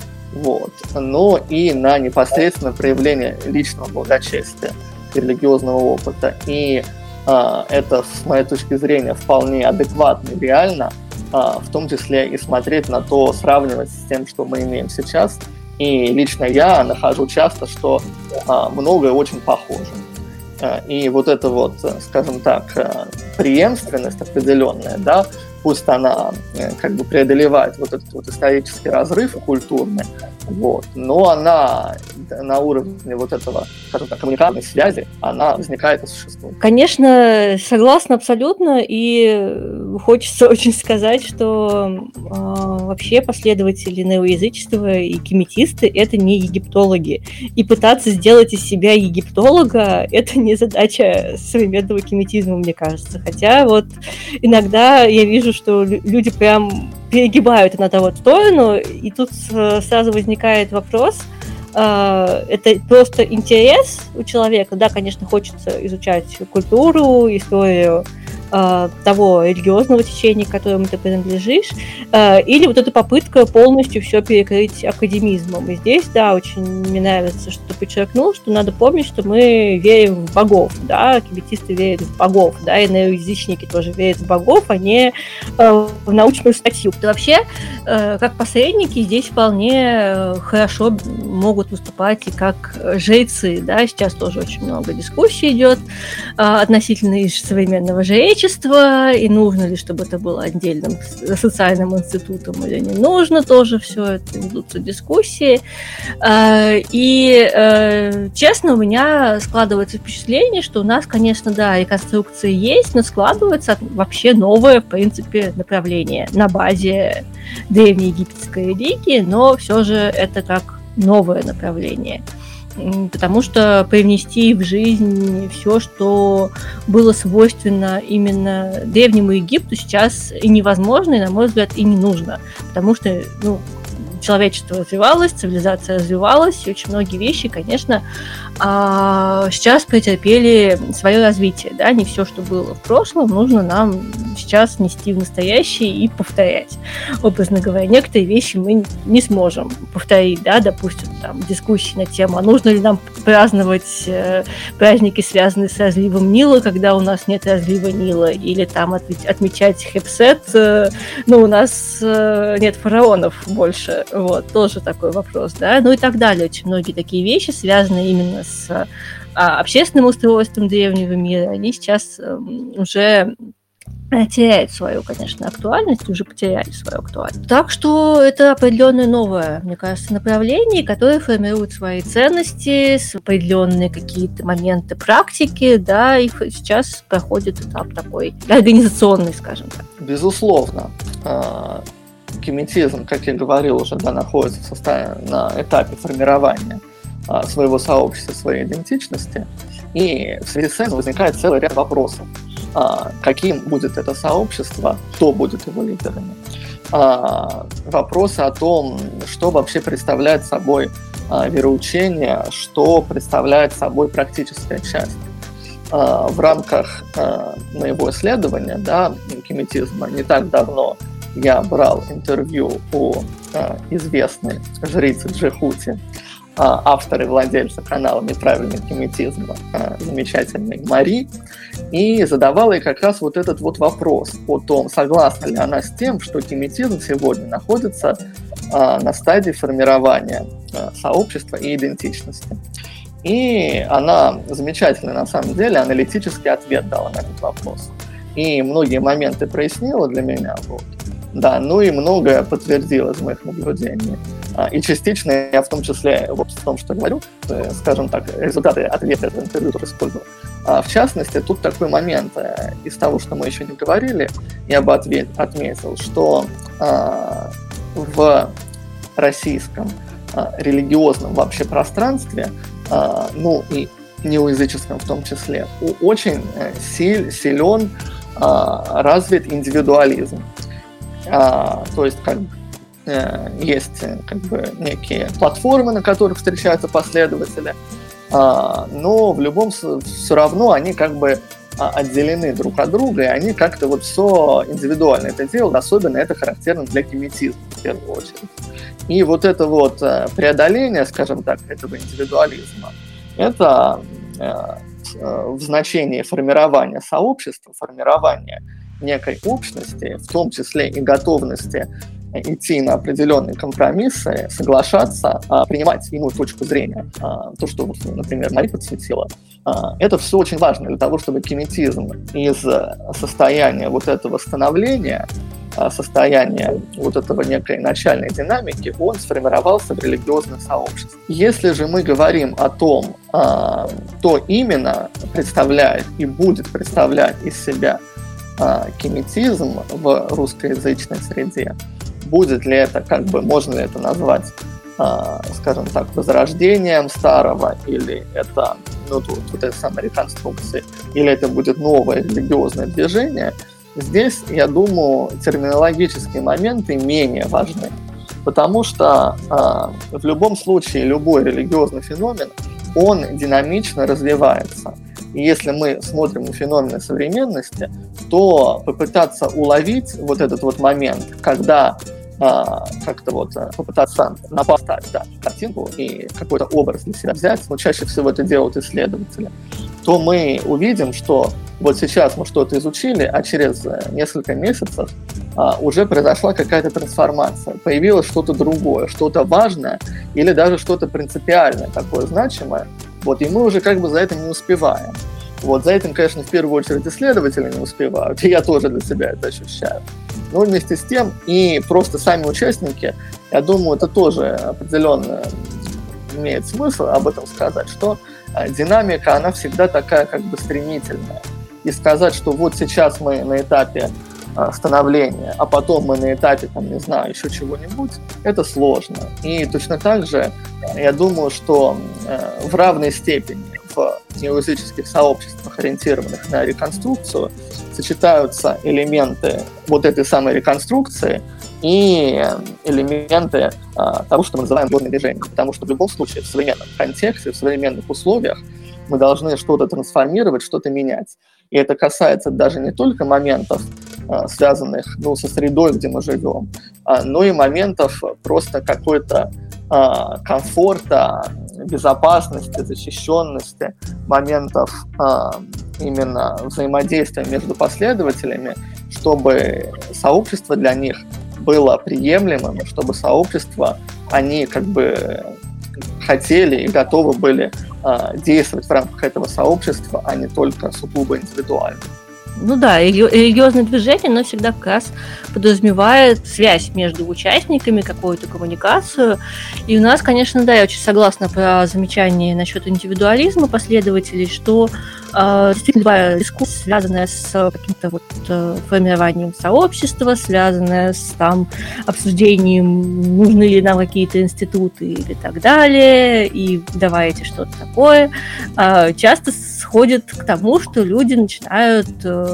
но и на непосредственно проявление личного благочестия, религиозного опыта. И это, с моей точки зрения, вполне адекватно и реально, в том числе и смотреть на то, сравнивать с тем, что мы имеем сейчас. И лично я нахожу часто, что многое очень похоже. И вот эта вот, скажем так, преемственность определенная, да, пусть она как бы преодолевает вот этот вот исторический разрыв культурный, но она на уровне вот этого, скажем так, коммуникативной связи, она возникает и существует. Конечно, согласна абсолютно, и хочется очень сказать, что вообще последователи неоязычества и комитисты – это не египтологи, и пытаться сделать из себя египтолога – это не задача современного комитизма, мне кажется, хотя вот иногда я вижу, что люди прям перегибают на ту сторону, и тут сразу возникает вопрос, это просто интерес у человека, да, конечно, хочется изучать культуру, историю того религиозного течения, к которому ты принадлежишь, или вот эта попытка полностью все перекрыть академизмом. И здесь, да, очень мне нравится, что ты подчеркнул, что надо помнить, что мы верим в богов, да, комитисты верят в богов, да, и неоязычники тоже верят в богов, а не в научную статью. И вообще, как посредники здесь вполне хорошо могут выступать и как жрецы, да, сейчас тоже очень много дискуссий идет относительно современного жречества, человечества, и нужно ли, чтобы это было отдельным социальным институтом или не нужно, тоже все это ведутся дискуссии. И, честно, у меня складывается впечатление, что у нас, конечно, да, реконструкции есть, но складывается вообще новое, в принципе, направление на базе древнеегипетской религии, но все же это как новое направление. Потому что привнести в жизнь все, что было свойственно именно Древнему Египту, сейчас и невозможно, и, на мой взгляд, и не нужно. Потому что, человечество развивалось, цивилизация развивалась, и очень многие вещи, конечно, сейчас претерпели свое развитие. Да? Не все, что было в прошлом, нужно нам сейчас нести в настоящее и повторять. Образно говоря, некоторые вещи мы не сможем повторить, да, допустим, там, дискуссии на тему, а нужно ли нам праздновать праздники, связанные с разливом Нила, когда у нас нет разлива Нила, или там отмечать Хепсет, у нас нет фараонов больше. Вот, тоже такой вопрос, да, и так далее. Очень многие такие вещи, связанные именно с общественным устройством древнего мира, они сейчас уже теряют свою, конечно, актуальность, уже потеряли свою актуальность. Так что это определенное новое, мне кажется, направление, которое формирует свои ценности, определенные какие-то моменты практики, да, и сейчас проходит этап такой организационный, скажем так. Безусловно. Кеметизм, как я говорил, уже находится на этапе формирования своего сообщества, своей идентичности, и в связи с этим возникает целый ряд вопросов. Каким будет это сообщество, кто будет его лидерами. Вопросы о том, что вообще представляет собой вероучение, что представляет собой практическая часть. В рамках моего исследования, кеметизма, не так давно я брал интервью у известной жрицы Джихути, автора и владельца канала «Неправильный кеметизм», замечательной Мари, и задавала ей как раз вот этот вот вопрос о том, согласна ли она с тем, что кеметизм сегодня находится на стадии формирования сообщества и идентичности. И она замечательно, на самом деле, аналитический ответ дала на этот вопрос. И многие моменты прояснила для меня. Да, и многое подтвердило из моих наблюдений. И частично я в том числе в том, что говорю, скажем так, результаты ответа этого интервью тоже использую. В частности, тут такой момент из того, что мы еще не говорили, я бы отметил, что в российском религиозном вообще пространстве, и неоязыческом в том числе, очень силен развит индивидуализм. То есть есть некие платформы, на которых встречаются последователи, но в любом все равно они отделены друг от друга, и они как-то все индивидуально это делают, особенно это характерно для кеметизма в первую очередь. И вот это преодоление, скажем так, этого индивидуализма, это в значении формирования сообщества, формирования некой общности, в том числе и готовности идти на определенные компромиссы, соглашаться, принимать иную точку зрения. То, что, например, Мария подсветила, это все очень важно для того, чтобы кеметизм из состояния этого становления, состояния этого некой начальной динамики, он сформировался в религиозное сообщество. Если же мы говорим о том, кто именно представляет и будет представлять из себя кеметизм в русскоязычной среде, будет ли это, можно ли это назвать, скажем так, возрождением старого, или это, этой самой реконструкции, или это будет новое религиозное движение, здесь, я думаю, терминологические моменты менее важны, потому что в любом случае любой религиозный феномен, он динамично развивается. И если мы смотрим на феномены современности, то попытаться уловить этот момент, когда попытаться напоставить картинку и какой-то образ для себя взять, чаще всего это делают исследователи, то мы увидим, что сейчас мы что-то изучили, а через несколько месяцев уже произошла какая-то трансформация, появилось что-то другое, что-то важное или даже что-то принципиальное, такое значимое, и мы уже за этим не успеваем. Вот за этим, конечно, в первую очередь исследователи не успевают, и я тоже для себя это ощущаю. Но вместе с тем и просто сами участники, я думаю, это тоже определенно имеет смысл об этом сказать, что динамика, она всегда такая как бы стремительная. И сказать, что вот сейчас мы на этапе становления, а потом мы на этапе, там, не знаю, еще чего-нибудь, это сложно. И точно так же, я думаю, что в равной степени в неоязыческих сообществах, ориентированных на реконструкцию, сочетаются элементы вот этой самой реконструкции и элементы того, что мы называем водным движением. Потому что в любом случае в современном контексте, в современных условиях мы должны что-то трансформировать, что-то менять. И это касается даже не только моментов, связанных со средой, где мы живем, но и моментов просто какой-то комфорта, безопасности, защищенности, моментов именно взаимодействия между последователями, чтобы сообщество для них было приемлемым, чтобы сообщество, они как бы хотели и готовы были действовать в рамках этого сообщества, а не только сугубо индивидуально. Ну да, религиозное движение, оно всегда как раз подразумевает связь между участниками, какую-то коммуникацию. И у нас, конечно, да, я очень согласна про замечание насчет индивидуализма последователей, что действительно дискуссия, связанная с каким-то вот формированием сообщества, связанная с там обсуждением, нужны ли нам какие-то институты или так далее, и давайте что-то такое, часто сходит к тому, что люди начинают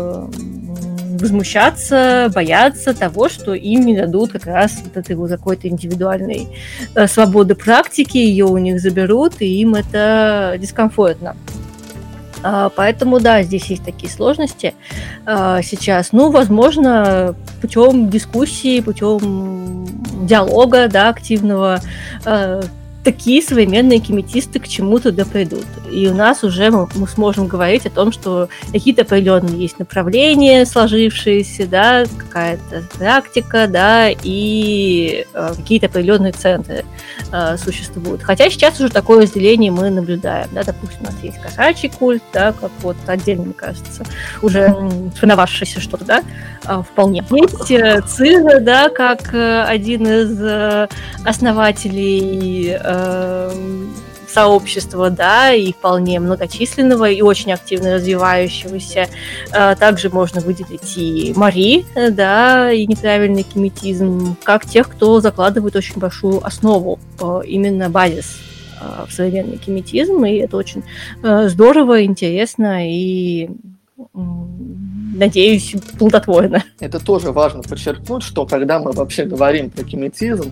возмущаться, бояться того, что им не дадут как раз вот этой вот какой-то индивидуальной свободы практики, ее у них заберут, и им это дискомфортно. Поэтому, да, здесь есть такие сложности сейчас. Ну, возможно, путем дискуссии, путем диалога, да, активного, такие современные кеметисты к чему-то да придут. И у нас уже мы сможем говорить о том, что какие-то определенные есть направления сложившиеся, да, какая-то практика, да, и какие-то определенные центры существуют. Хотя сейчас уже такое разделение мы наблюдаем, да, допустим, у нас есть кошачий культ, да, как вот отдельно, мне кажется, уже сформировавшееся что-то, да, вполне. Есть ЦИР, да, как один из основателей сообщества, да, и вполне многочисленного и очень активно развивающегося. Также можно выделить и Мари, да, и неправильный кеметизм, как тех, кто закладывает очень большую основу, именно базис в современный кеметизм, и это очень здорово, интересно и, надеюсь, плодотворно. Это тоже важно подчеркнуть, что когда мы вообще говорим про кеметизм,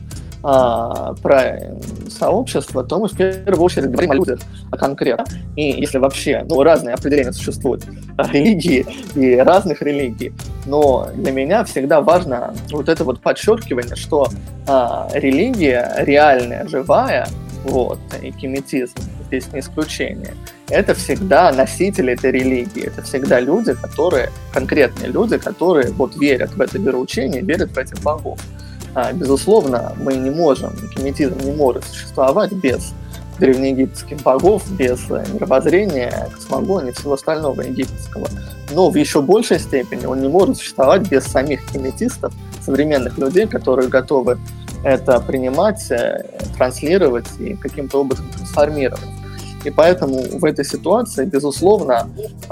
про сообщество, то мы в первую очередь говорим о людях конкретно. И если вообще, разные определения существуют религии и разных религий, но для меня всегда важно вот это вот подчеркивание, что религия реальная, живая, вот, и кеметизм здесь не исключение, это всегда носители этой религии, это всегда люди, которые, конкретные люди, которые вот верят в это вероучение, верят в этих богов. Безусловно, мы не можем, кеметизм не может существовать без древнеегипетских богов, без мировоззрения, космогонии и всего остального египетского. Но в еще большей степени он не может существовать без самих кеметистов, современных людей, которые готовы это принимать, транслировать и каким-то образом трансформировать. И поэтому в этой ситуации, безусловно,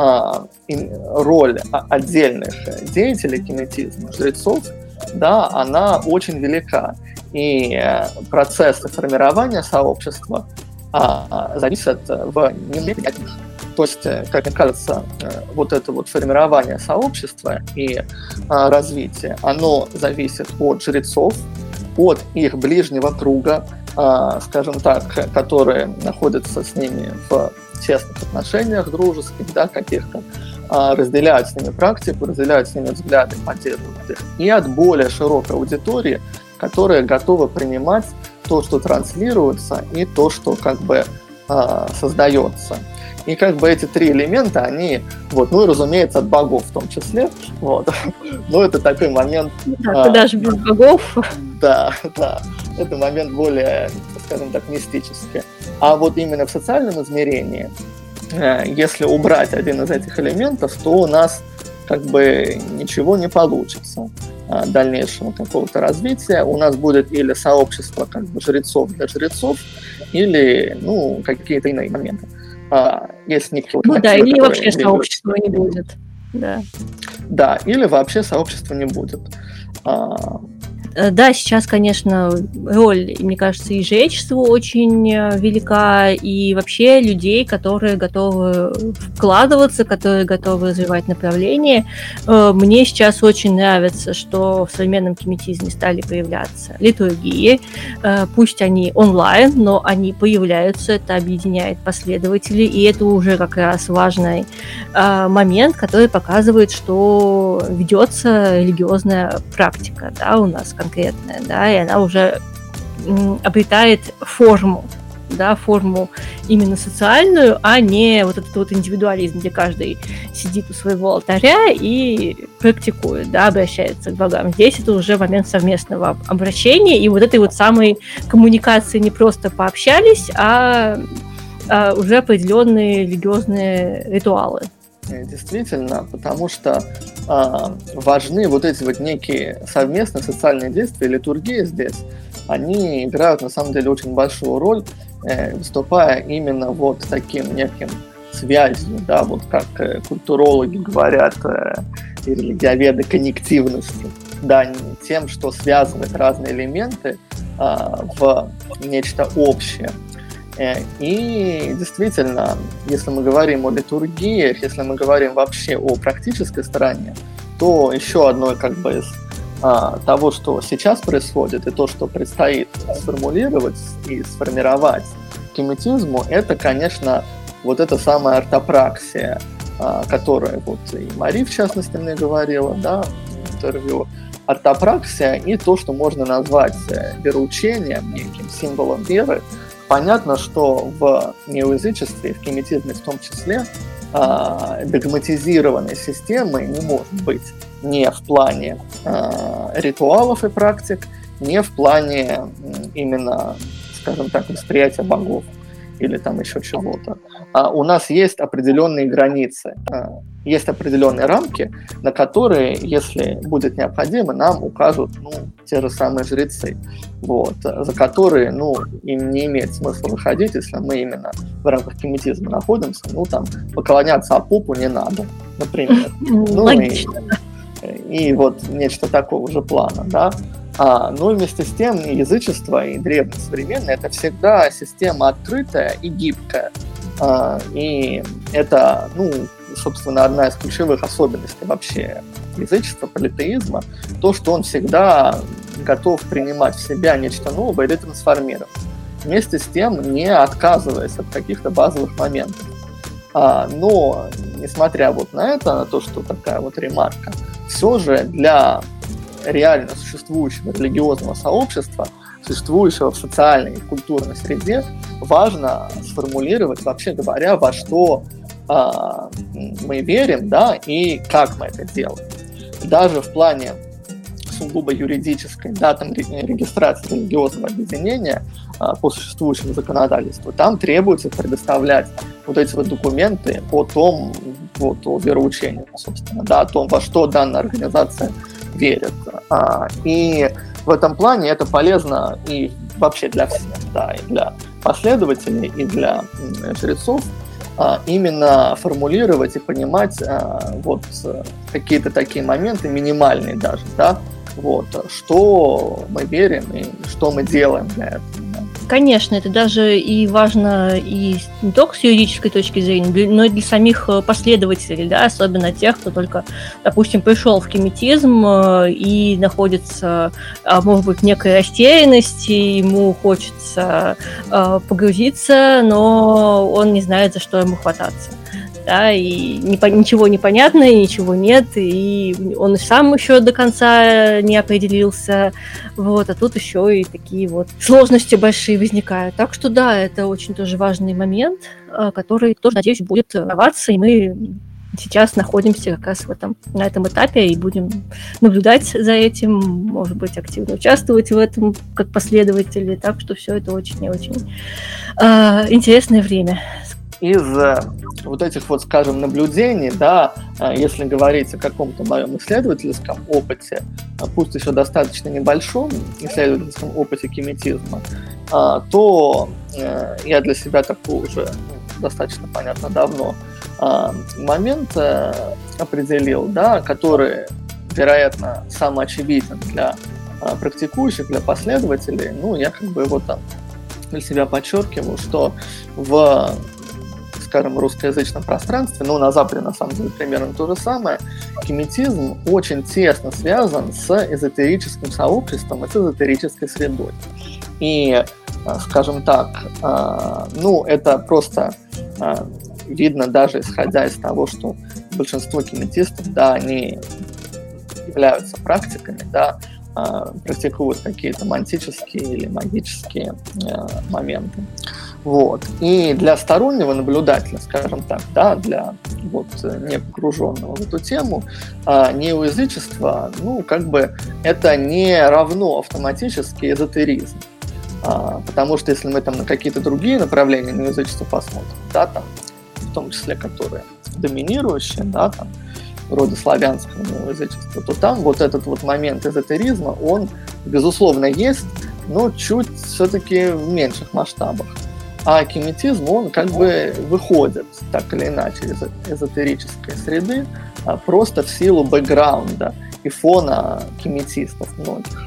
роль отдельных деятелей кеметизма, жрецов, да, она очень велика. И процессы формирования сообщества зависят в немедленных от них. То есть, как мне кажется, вот это вот формирование сообщества и развитие, оно зависит от жрецов, от их ближнего круга, скажем так, которые находятся с ними в тесных отношениях дружеских, да, каких-то, разделяют с ними практику, разделяют с ними взгляды, поддерживают их, и от более широкой аудитории, которая готова принимать то, что транслируется, и то, что как бы создается. И как бы эти три элемента, они, вот, ну и, разумеется, от богов в том числе, вот, но это такой момент... Да, даже без богов. Да, это момент более, скажем так, мистический. А вот именно в социальном измерении если убрать один из этих элементов, то у нас как бы ничего не получится дальнейшего какого-то развития. У нас будет или сообщество как бы жрецов для жрецов, или какие-то иные моменты. Если или вообще сообщества не будет. Да, или вообще сообщества не будет. Да, сейчас, конечно, роль, мне кажется, и жречества очень велика, и вообще людей, которые готовы вкладываться, которые готовы развивать направление. Мне сейчас очень нравится, что в современном кеметизме стали появляться литургии, пусть они онлайн, но они появляются, это объединяет последователей, и это уже как раз важный момент, который показывает, что ведется религиозная практика, да, у нас конкретная, да, и она уже обретает форму, да, форму именно социальную, а не вот этот вот индивидуализм, где каждый сидит у своего алтаря и практикует, да, обращается к богам. Здесь это уже момент совместного обращения и вот этой вот самой коммуникации, не просто пообщались, а уже определенные религиозные ритуалы. Действительно, потому что важны вот эти вот некие совместные социальные действия, литургии здесь, они играют на самом деле очень большую роль, выступая именно вот таким неким связью, да, вот как культурологи говорят и религиоведы, коннективностью, да, тем, что связывает разные элементы в нечто общее. И действительно, если мы говорим о литургиях, если мы говорим вообще о практической стороне, то еще одно как бы из того, что сейчас происходит, и то, что предстоит сформулировать и сформировать кеметизму, это, конечно, вот эта самая ортопраксия, которая вот и Мари, в частности, мне говорила, да, в интервью, ортопраксия и то, что можно назвать вероучением, неким символом веры. Понятно, что в неоязычестве, в кеметизме в том числе, догматизированной системы не может быть ни в плане ритуалов и практик, ни в плане именно, скажем так, восприятия богов или там еще чего-то. У нас есть определенные границы, есть определенные рамки, на которые, если будет необходимо, нам укажут те же самые жрецы, вот, за которые им не имеет смысла выходить, если мы именно в рамках кеметизма находимся, там поклоняться попу не надо, например. И вот нечто такого же плана, да. Но вместе с тем язычество и древнее современное — это всегда система открытая и гибкая. И это, собственно, одна из ключевых особенностей вообще язычества, политеизма, то, что он всегда готов принимать в себя нечто новое или трансформировать, вместе с тем не отказываясь от каких-то базовых моментов. Но, несмотря вот на это, на то, что такая вот ремарка, все же для реально существующего религиозного сообщества, существующего в социальной и культурной среде, важно сформулировать, вообще говоря, во что мы верим, да, и как мы это делаем. Даже в плане сугубо юридической, да, там регистрации религиозного объединения по существующему законодательству, там требуется предоставлять вот эти вот документы о том, вот, о вероучении, собственно, да, о том, во что данная организация верит. И в этом плане это полезно и вообще для всех, да, и для последователей, и для жрецов, именно формулировать и понимать вот какие-то такие моменты, минимальные даже, да, вот, что мы верим и что мы делаем для этого. Конечно, это даже и важно и не только с юридической точки зрения, но и для самих последователей, да, особенно тех, кто только, допустим, пришел в кеметизм и находится, может быть, в некой растерянности, ему хочется погрузиться, но он не знает, за что ему хвататься. Да, и ничего не понятно, и ничего нет, и он и сам еще до конца не определился, вот, а тут еще и такие вот сложности большие возникают. Так что да, это очень тоже важный момент, который тоже, надеюсь, будет развиваться, и мы сейчас находимся как раз на этом этапе и будем наблюдать за этим, может быть, активно участвовать в этом как последователи, так что все это очень и очень интересное время, из вот этих вот, скажем, наблюдений, да, если говорить о каком-то моем исследовательском опыте, пусть еще достаточно небольшом исследовательском опыте кеметизма, то я для себя такой уже достаточно понятно давно момент определил, да, который, вероятно, самый очевиден для практикующих, для последователей. Ну, я как бы его там для себя подчеркиваю, что в, скажем, русскоязычном пространстве, ну, на Западе, на самом деле, примерно то же самое, кеметизм очень тесно связан с эзотерическим сообществом и с эзотерической средой. И, скажем так, ну, это просто видно даже исходя из того, что большинство кеметистов, да, они являются практиками, да, практикуют какие-то мантические или магические моменты. Вот. И для стороннего наблюдателя, скажем так, да, для вот не погруженного в эту тему, неоязычество, ну, как бы это не равно автоматически эзотеризм. Потому что если мы там на какие-то другие направления неоязычества посмотрим, да, там, в том числе, которые доминирующие, да, там, вроде славянского неоязычества, то там вот этот вот момент эзотеризма, он, безусловно, есть, но чуть все-таки в меньших масштабах. А кеметизм, он как бы выходит, так или иначе, из эзотерической среды, просто в силу бэкграунда и фона кеметистов многих.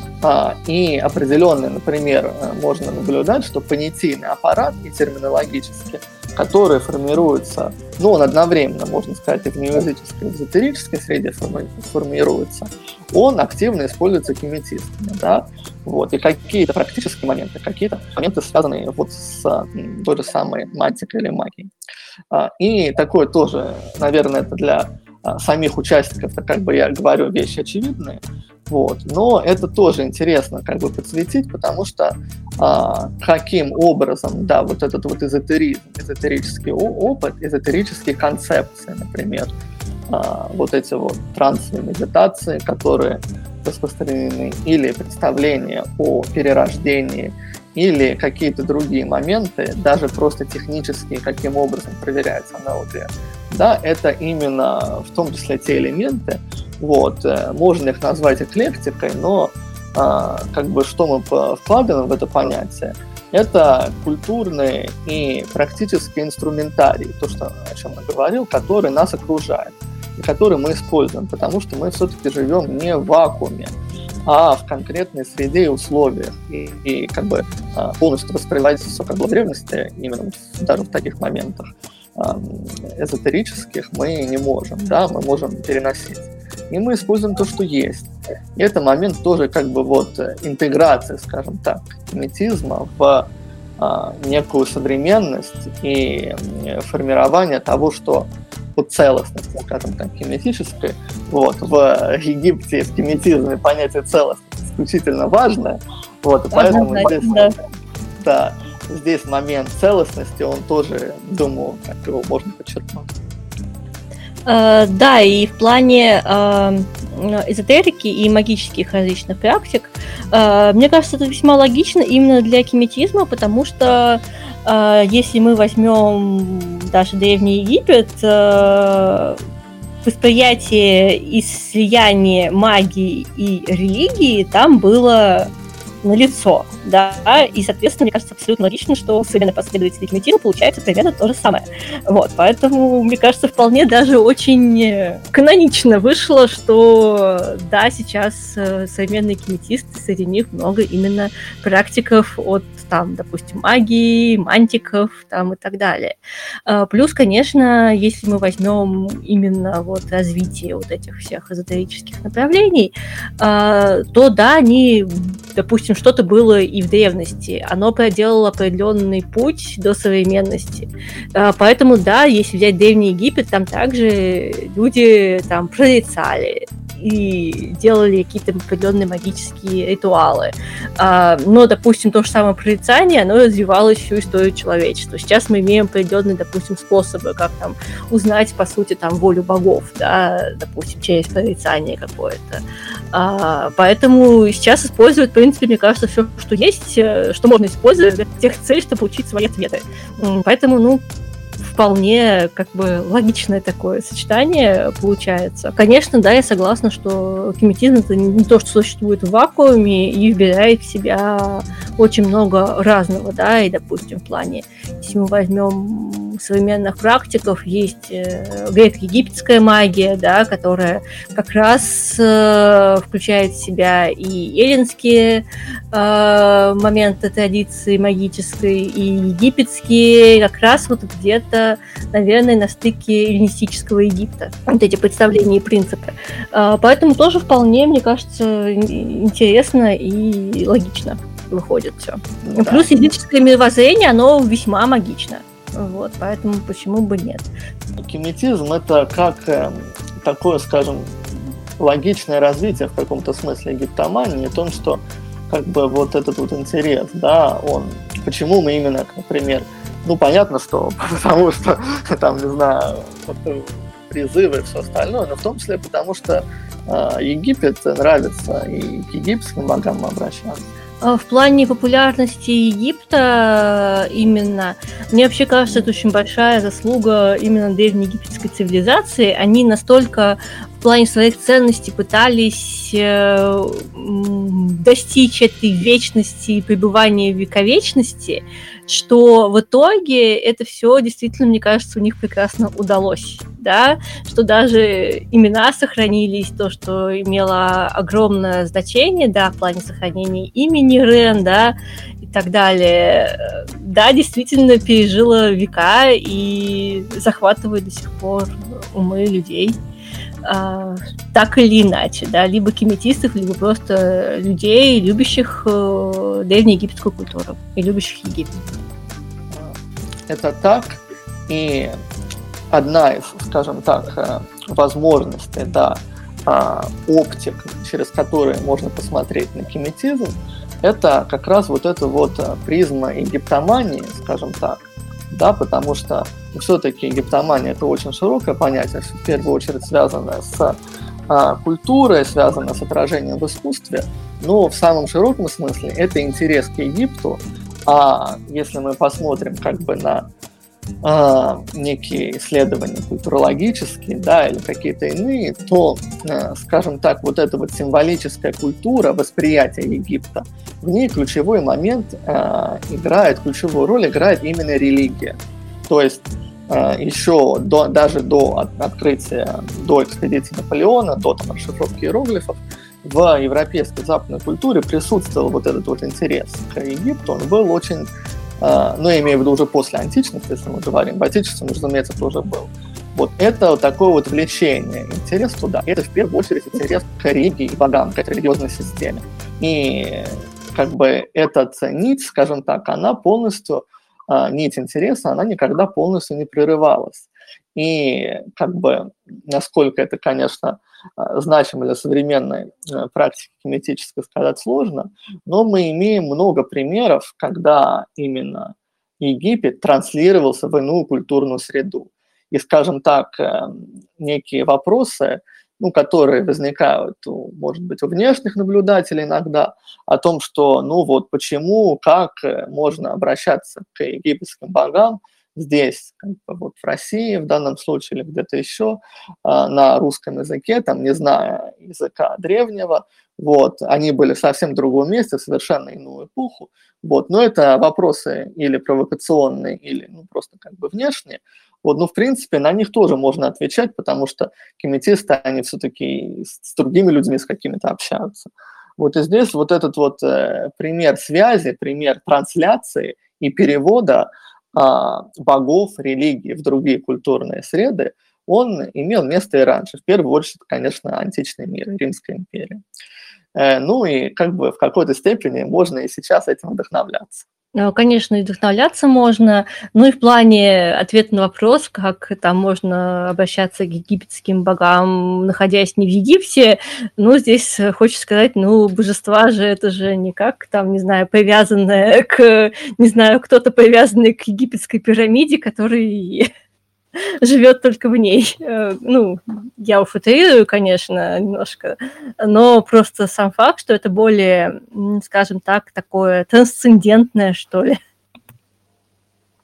И определенно, например, можно наблюдать, что понятийный аппарат и терминологический, который формируется, ну, он одновременно, можно сказать, и в неоязыческой, и в эзотерической среде формируется, он активно используется кеметистами, да, вот, и какие-то практические моменты, какие-то моменты, связанные вот с той же самой мантикой или магией. И такое тоже, наверное, это для самих участников, так как бы я говорю, вещи очевидные, вот, но это тоже интересно как бы подсветить, потому что каким образом, да, вот этот вот эзотеризм, эзотерический опыт, эзотерические концепции, например, вот эти вот трансовые медитации, которые распространены, или представления о перерождении, или какие-то другие моменты, даже просто технические, каким образом проверяется НЛП, да, это именно в том числе те элементы, вот, можно их назвать эклектикой, но как бы что мы вкладываем в это понятие, это культурный и практический инструментарий, то, что, о чем я говорил, который нас окружает, и который мы используем, потому что мы все-таки живем не в вакууме, а в конкретной среде и условиях. И как бы полностью воспринимать все, как было в древности, именно даже в таких моментах эзотерических мы не можем, да, мы можем переносить. И мы используем то, что есть. И это момент тоже как бы вот интеграции, скажем так, кеметизма в некую современность и формирование того, что по целостности, скажем так, кеметической. Вот, в Египте в кеметизме понятие целостности исключительно важное. Вот, и поэтому здесь момент целостности, он тоже, думаю, как его можно подчеркнуть. Да, и в плане эзотерики и магических различных практик, мне кажется, это весьма логично именно для кеметизма, потому что если мы возьмем даже Древний Египет, восприятие и слияние магии и религии там было налицо, да, и, соответственно, мне кажется, абсолютно логично, что современные последователи кеметизма получается примерно то же самое. Вот, поэтому, мне кажется, вполне даже очень канонично вышло, что, да, сейчас современные кеметисты, среди них много именно практиков от, там, допустим, магии, мантиков, там, и так далее. Плюс, конечно, если мы возьмем именно вот развитие вот этих всех эзотерических направлений, то, да, они, допустим, что-то было и в древности, оно проделало определенный путь до современности. Поэтому, да, если взять Древний Египет, там также люди там прорицали и делали какие-то определенные магические ритуалы. Но, допустим, то же самое прорицание, оно развивалось всю историю человечества. Сейчас мы имеем определенные, допустим, способы, как там узнать, по сути, там волю богов, да, допустим, через прорицание какое-то. Поэтому сейчас используют, в принципе, мне кажется, все, что есть, что можно использовать для тех целей, чтобы получить свои ответы. Поэтому, ну, вполне как бы логичное такое сочетание получается. Конечно, да, я согласна, что кеметизм — это не то, что существует в вакууме и вбирает в себя очень много разного, да, и, допустим, в плане, если мы возьмем современных практиков, есть греко-египетская магия, да, которая как раз включает в себя и эллинские моменты традиции магической, и египетские, как раз вот где-то, наверное, на стыке эллинистического Египта. Вот эти представления и принципы. Поэтому тоже вполне, мне кажется, интересно и логично выходит все. Да. Плюс языческое мировоззрение, оно весьма магично. Вот, поэтому почему бы нет? Кеметизм — это как такое, скажем, логичное развитие в каком-то смысле египтомании, в том, что как бы вот этот вот интерес, да, он, почему мы именно, например, ну, понятно, что потому что, там, не знаю, вот, призывы и все остальное, но в том числе потому, что Египет нравится, и к египетским богам мы обращаемся. В плане популярности Египта именно, мне вообще кажется, это очень большая заслуга именно древнеегипетской цивилизации. Они настолько в плане своих ценностей пытались достичь этой вечности и пребывания в вековечности, что в итоге это все действительно, мне кажется, у них прекрасно удалось, да, что даже имена сохранились, то, что имело огромное значение, да, в плане сохранения имени Рен, да, и так далее, да, действительно пережило века и захватывает до сих пор умы людей. Так или иначе, да, либо кеметистов, либо просто людей, любящих древнеегипетскую культуру и любящих Египет. Это так, и одна из, скажем так, возможностей, да, оптик, через которые можно посмотреть на кеметизм, это как раз вот эта вот призма египтомании, скажем так, да, потому что все-таки египтомания — это очень широкое понятие, в первую очередь связанное с культурой, связанное с отражением в искусстве, но в самом широком смысле это интерес к Египту. А если мы посмотрим как бы на некие исследования культурологические, да, или какие-то иные, то, скажем так, вот эта вот символическая культура восприятия Египта, в ней ключевой момент ключевую роль играет именно религия. То есть еще даже до открытия, до экспедиции Наполеона, до там расшифровки иероглифов, в европейской западной культуре присутствовал вот этот вот интерес к Египту. Он был очень, ну, я имею в виду уже после античности, если мы говорим, в античности, разумеется, тоже был. Вот это вот такое вот влечение, интерес туда. Это в первую очередь интерес к религии и богам, к этой религиозной системе. И как бы эта нить, скажем так, она полностью, нить интереса, она никогда полностью не прерывалась. И как бы, насколько это, конечно, значимо для современной практики кеметической, сказать сложно, но мы имеем много примеров, когда именно Египет транслировался в иную культурную среду. И, скажем так, некие вопросы, ну, которые возникают, может быть, у внешних наблюдателей иногда, о том, что, ну вот, почему, как можно обращаться к египетским богам здесь, как бы, вот в России в данном случае или где-то еще, на русском языке, там, не зная языка древнего, вот, они были в совсем другом месте, в совершенно иную эпоху, вот, но это вопросы или провокационные, или, ну, просто как бы внешние. Вот, ну, в принципе, на них тоже можно отвечать, потому что кеметисты, они все-таки с другими людьми, с какими-то общаются. Вот и здесь вот этот вот пример связи, пример трансляции и перевода богов, религии в другие культурные среды, он имел место и раньше. В первую очередь, конечно, античный мир, Римская империя. Ну и как бы в какой-то степени можно и сейчас этим вдохновляться. Конечно, и вдохновляться можно. Ну и в плане ответа на вопрос, как там можно обращаться к египетским богам, находясь не в Египте, ну, здесь хочется сказать, ну, божества же, это же не как там, не знаю, привязанное к, не знаю, кто-то привязанный к египетской пирамиде, который живет только в ней. Ну, я утрирую, конечно, немножко, но просто сам факт, что это более, скажем так, такое трансцендентное, что ли.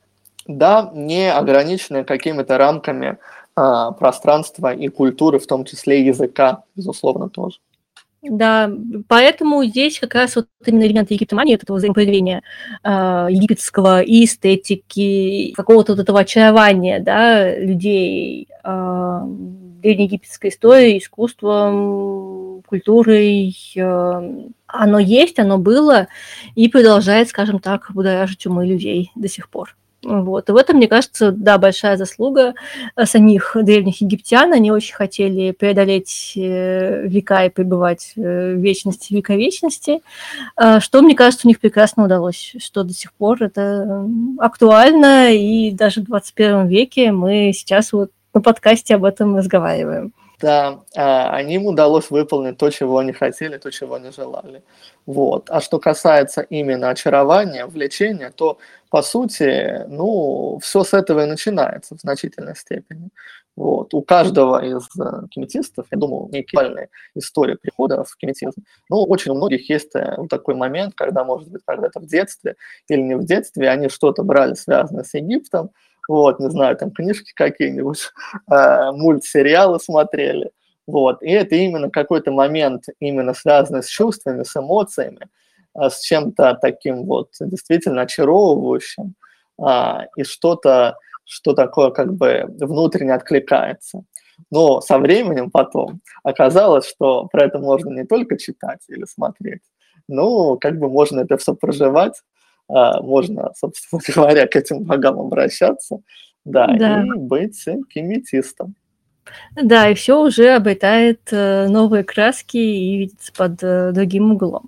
Да, не ограниченные какими-то рамками пространства и культуры, в том числе языка, безусловно, тоже. Да, поэтому здесь как раз вот именно элементы египтомании, вот этого взаимопроявления египетского и эстетики, какого-то вот этого очарования, да, людей древнеегипетской историей, искусством, культурой, оно есть, оно было и продолжает, скажем так, будоражить умы людей до сих пор. Вот. И в этом, мне кажется, да, большая заслуга самих древних египтян. Они очень хотели преодолеть века и пребывать в вечности, вековечности, что, мне кажется, у них прекрасно удалось, что до сих пор это актуально, и даже в 21 веке мы сейчас вот на подкасте об этом разговариваем. Да, им удалось выполнить то, чего они хотели, то, чего они желали. Вот. А что касается именно очарования, влечения, то, по сути, ну, все с этого и начинается в значительной степени. Вот. У каждого из кеметистов, я думаю, некая история прихода в кеметизм. Ну, очень у многих есть вот такой момент, когда, может быть, когда-то в детстве или не в детстве они что-то брали, связанное с Египтом, вот, не знаю, там книжки какие-нибудь, мультсериалы смотрели. Вот. И это именно какой-то момент, именно связанный с чувствами, с эмоциями, с чем-то таким вот действительно очаровывающим, и что-то, что такое как бы внутренне откликается. Но со временем потом оказалось, что про это можно не только читать или смотреть, но как бы можно это все проживать, можно, собственно говоря, к этим богам обращаться, да, Да, и быть кеметистом. да, и все уже обретает новые краски и видится под другим углом.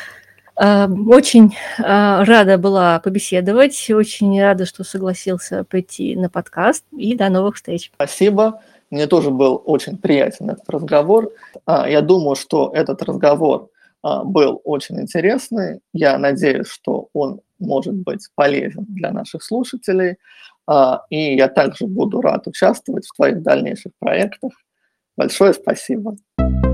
Очень рада была побеседовать, очень рада, что согласился прийти на подкаст, и до новых встреч. Спасибо. Мне тоже был очень приятен этот разговор. Я думаю, что этот разговор был очень интересный. Я надеюсь, что он может быть полезен для наших слушателей. И я также буду рад участвовать в твоих дальнейших проектах. Большое спасибо.